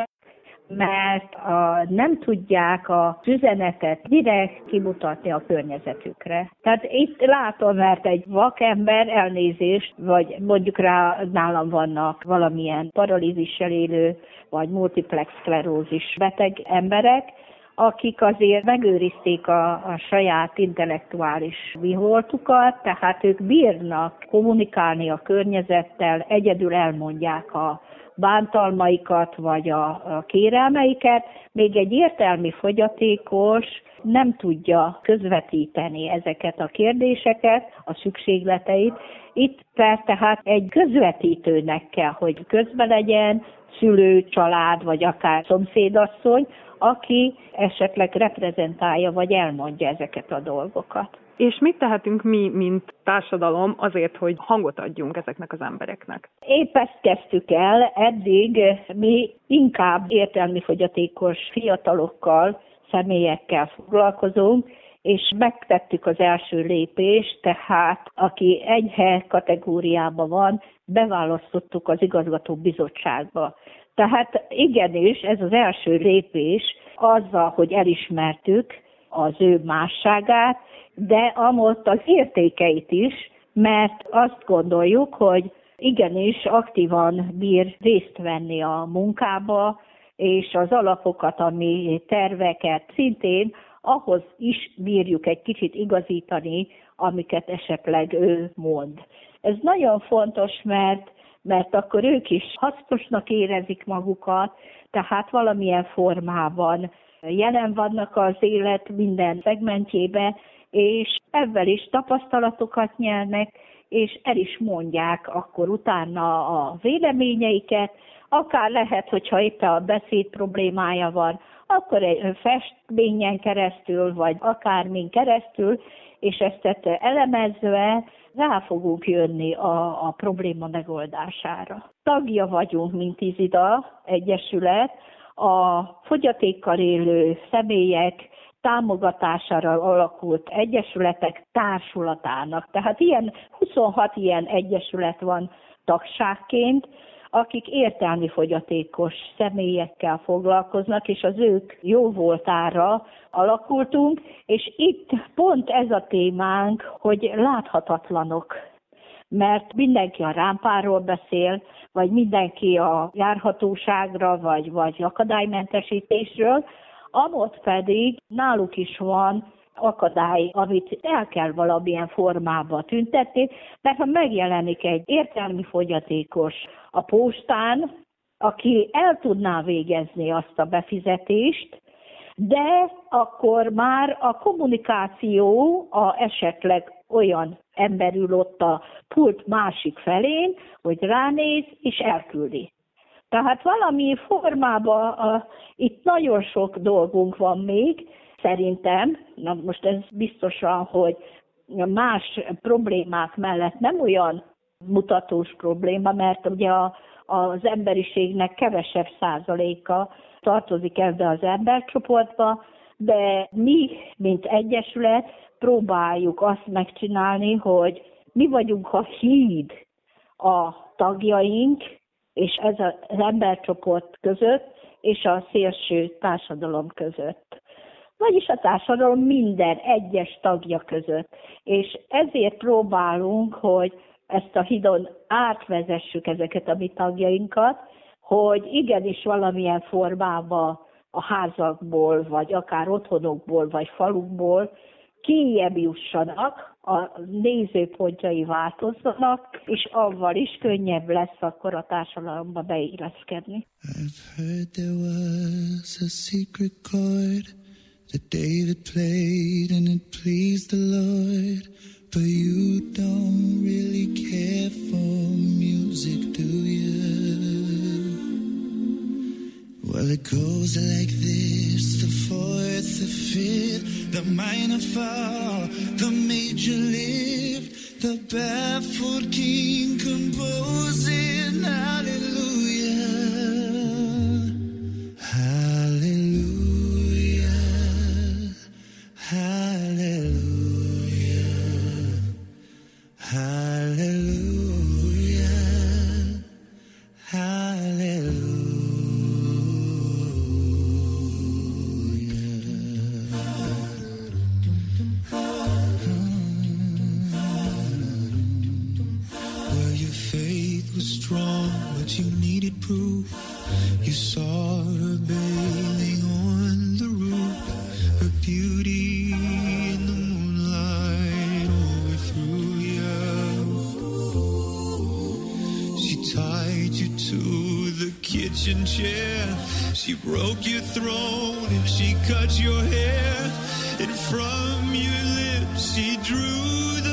mert a, nem tudják az üzenetet direkt kimutatni a környezetükre. Tehát itt látom, mert egy vakember elnézést, vagy mondjuk rá nálam vannak valamilyen paralízissel élő, vagy multiplex szklerózis beteg emberek, akik azért megőrizték a, a saját intellektuális viholtukat, tehát ők bírnak kommunikálni a környezettel, egyedül elmondják a bántalmaikat, vagy a, a kérelmeiket, még egy értelmi fogyatékos nem tudja közvetíteni ezeket a kérdéseket, a szükségleteit. Itt tehát egy közvetítőnek kell, hogy közbe legyen, szülő, család, vagy akár szomszédasszony, aki esetleg reprezentálja, vagy elmondja ezeket a dolgokat. És mit tehetünk mi, mint társadalom azért, hogy hangot adjunk ezeknek az embereknek? Épp ezt kezdtük el, eddig mi inkább értelmi fogyatékos fiatalokkal, személyekkel foglalkozunk, és megtettük az első lépést, tehát aki enyhe kategóriában van, beválasztottuk az igazgató bizottságba. Tehát igenis, ez az első lépés azzal, hogy elismertük az ő másságát, de amott az értékeit is, mert azt gondoljuk, hogy igenis aktívan bír részt venni a munkába, és az alapokat, ami terveket szintén ahhoz is bírjuk egy kicsit igazítani, amiket esetleg ő mond. Ez nagyon fontos, mert, mert akkor ők is hasznosnak érezik magukat, tehát valamilyen formában jelen vannak az élet minden szegmentjébe, és ezzel is tapasztalatokat nyernek, és el is mondják akkor utána a véleményeiket, akár lehet, hogyha éppen a beszéd problémája van, akkor egy festményen keresztül, vagy akármin keresztül, és ezt elemezve rá fogunk jönni a, a probléma megoldására. Tagja vagyunk, mint Izida Egyesület, a fogyatékkal élő személyek támogatására alakult egyesületek társulatának. Tehát ilyen huszonhat ilyen egyesület van tagságként, akik értelmi fogyatékos személyekkel foglalkoznak, és az ők jóvoltára alakultunk, és itt pont ez a témánk, hogy láthatatlanok. Mert mindenki a rámpáról beszél, vagy mindenki a járhatóságra, vagy, vagy akadálymentesítésről, amott pedig náluk is van akadály, amit el kell valamilyen formában tüntetni, mert ha megjelenik egy értelmi fogyatékos a postán, aki el tudná végezni azt a befizetést, de akkor már a kommunikáció a esetleg olyan ember ül ott a pult másik felén, hogy ránéz és elküldi. Tehát valami formában a, itt nagyon sok dolgunk van még, szerintem, na most ez biztosan, hogy más problémák mellett nem olyan mutatós probléma, mert ugye a, az emberiségnek kevesebb százaléka tartozik ebbe az embercsoportba, de mi, mint egyesület, próbáljuk azt megcsinálni, hogy mi vagyunk a híd a tagjaink, és ez az embercsoport között, és a szélső társadalom között. Vagyis a társadalom minden egyes tagja között. És ezért próbálunk, hogy ezt a hídon átvezessük ezeket a mi tagjainkat, hogy igenis valamilyen formában a házakból, vagy akár otthonokból, vagy falukból kijjebb jussanak, a nézőpontjai változzanak, és avval is könnyebb lesz akkor a társadalomba beilleszkedni. I've heard there was a secret chord that David played and it pleased the Lord, but you don't really care for music, do you? Well, it goes like this, the fourth, the fifth, the minor fall, the major lift, the baffled king composing hallelujah, hallelujah, hallelujah, hallelujah, hallelujah. Strong, but you needed proof. You saw her bathing on the roof, her beauty in the moonlight overthrew you. She tied you to the kitchen chair, she broke your throne and she cut your hair, and from your lips she drew the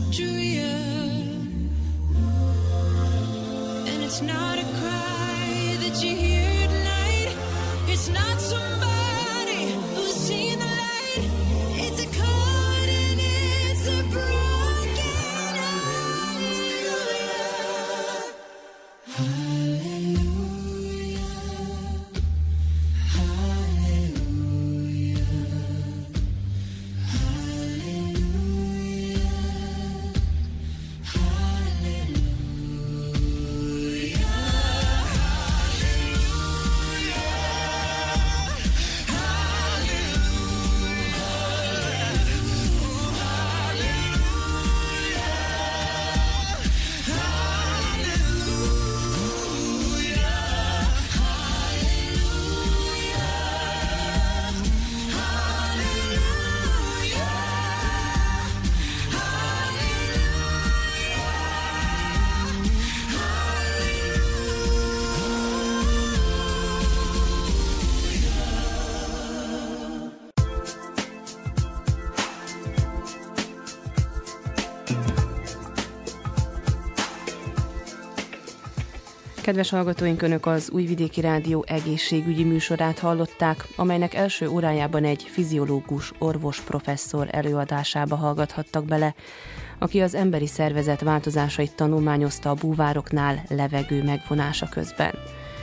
drew you. And it's not a cry that you hear tonight. It's not somebody who's seen the light. It's a chord and it's a broken hallelujah. Hallelujah. Hallelujah. Kedves hallgatóink, Önök az Újvidéki Rádió egészségügyi műsorát hallották, amelynek első órájában egy fiziológus orvos professzor előadásába hallgathattak bele, aki az emberi szervezet változásait tanulmányozta a búvároknál levegő megvonása közben.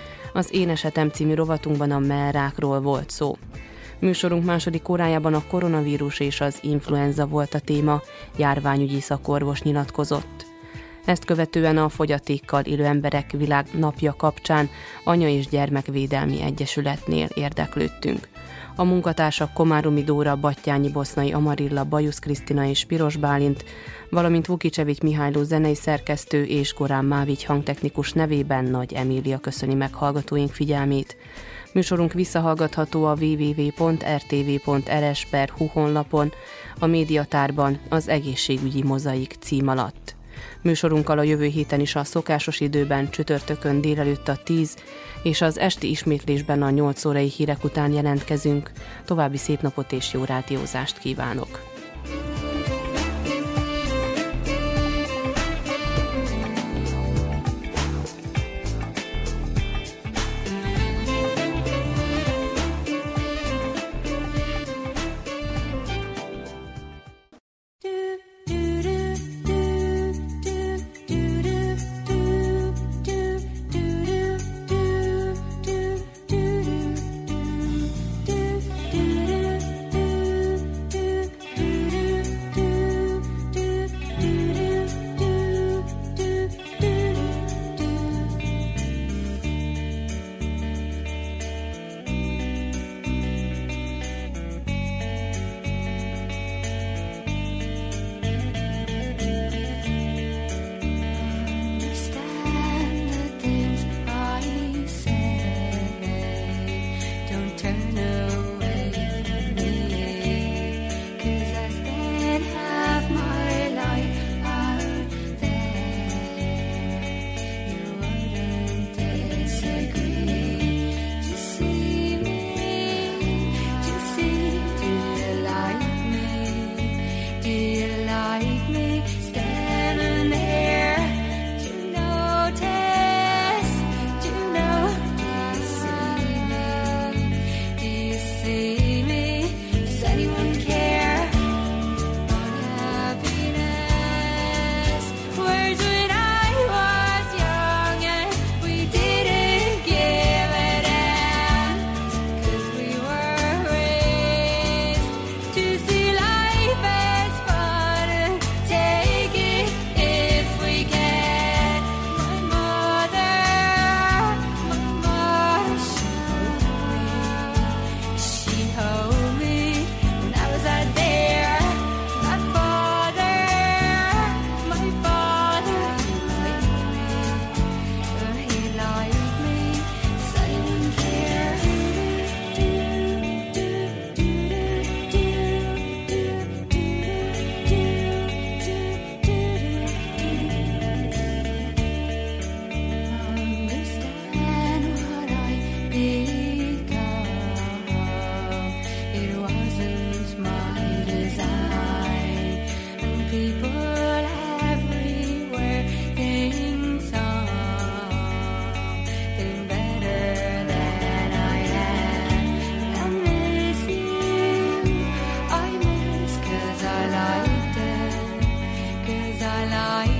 Az Én esetem című rovatunkban a mellrákról volt szó. Műsorunk második órájában a koronavírus és az influenza volt a téma, járványügyi szakorvos nyilatkozott. Ezt követően a Fogyatékkal élő emberek világnapja kapcsán Anya- és Gyermekvédelmi Egyesületnél érdeklődtünk. A munkatársak Komáromi Dóra, Battyányi Bosznai Amarilla, Bajusz Krisztina és Piros Bálint, valamint Vukicsevics Mihályló zenei szerkesztő és Gorán Mávigy hangtechnikus nevében Nagy Emília köszöni meg hallgatóink figyelmét. Műsorunk visszahallgatható a double-u double-u double-u pont r t v pont r s per hu honlapon, a médiatárban az egészségügyi mozaik cím alatt. Műsorunkkal a jövő héten is a szokásos időben csütörtökön délelőtt a tíz és az esti ismétlésben a nyolc órai hírek után jelentkezünk. További szép napot és jó rádiózást kívánok! Do life.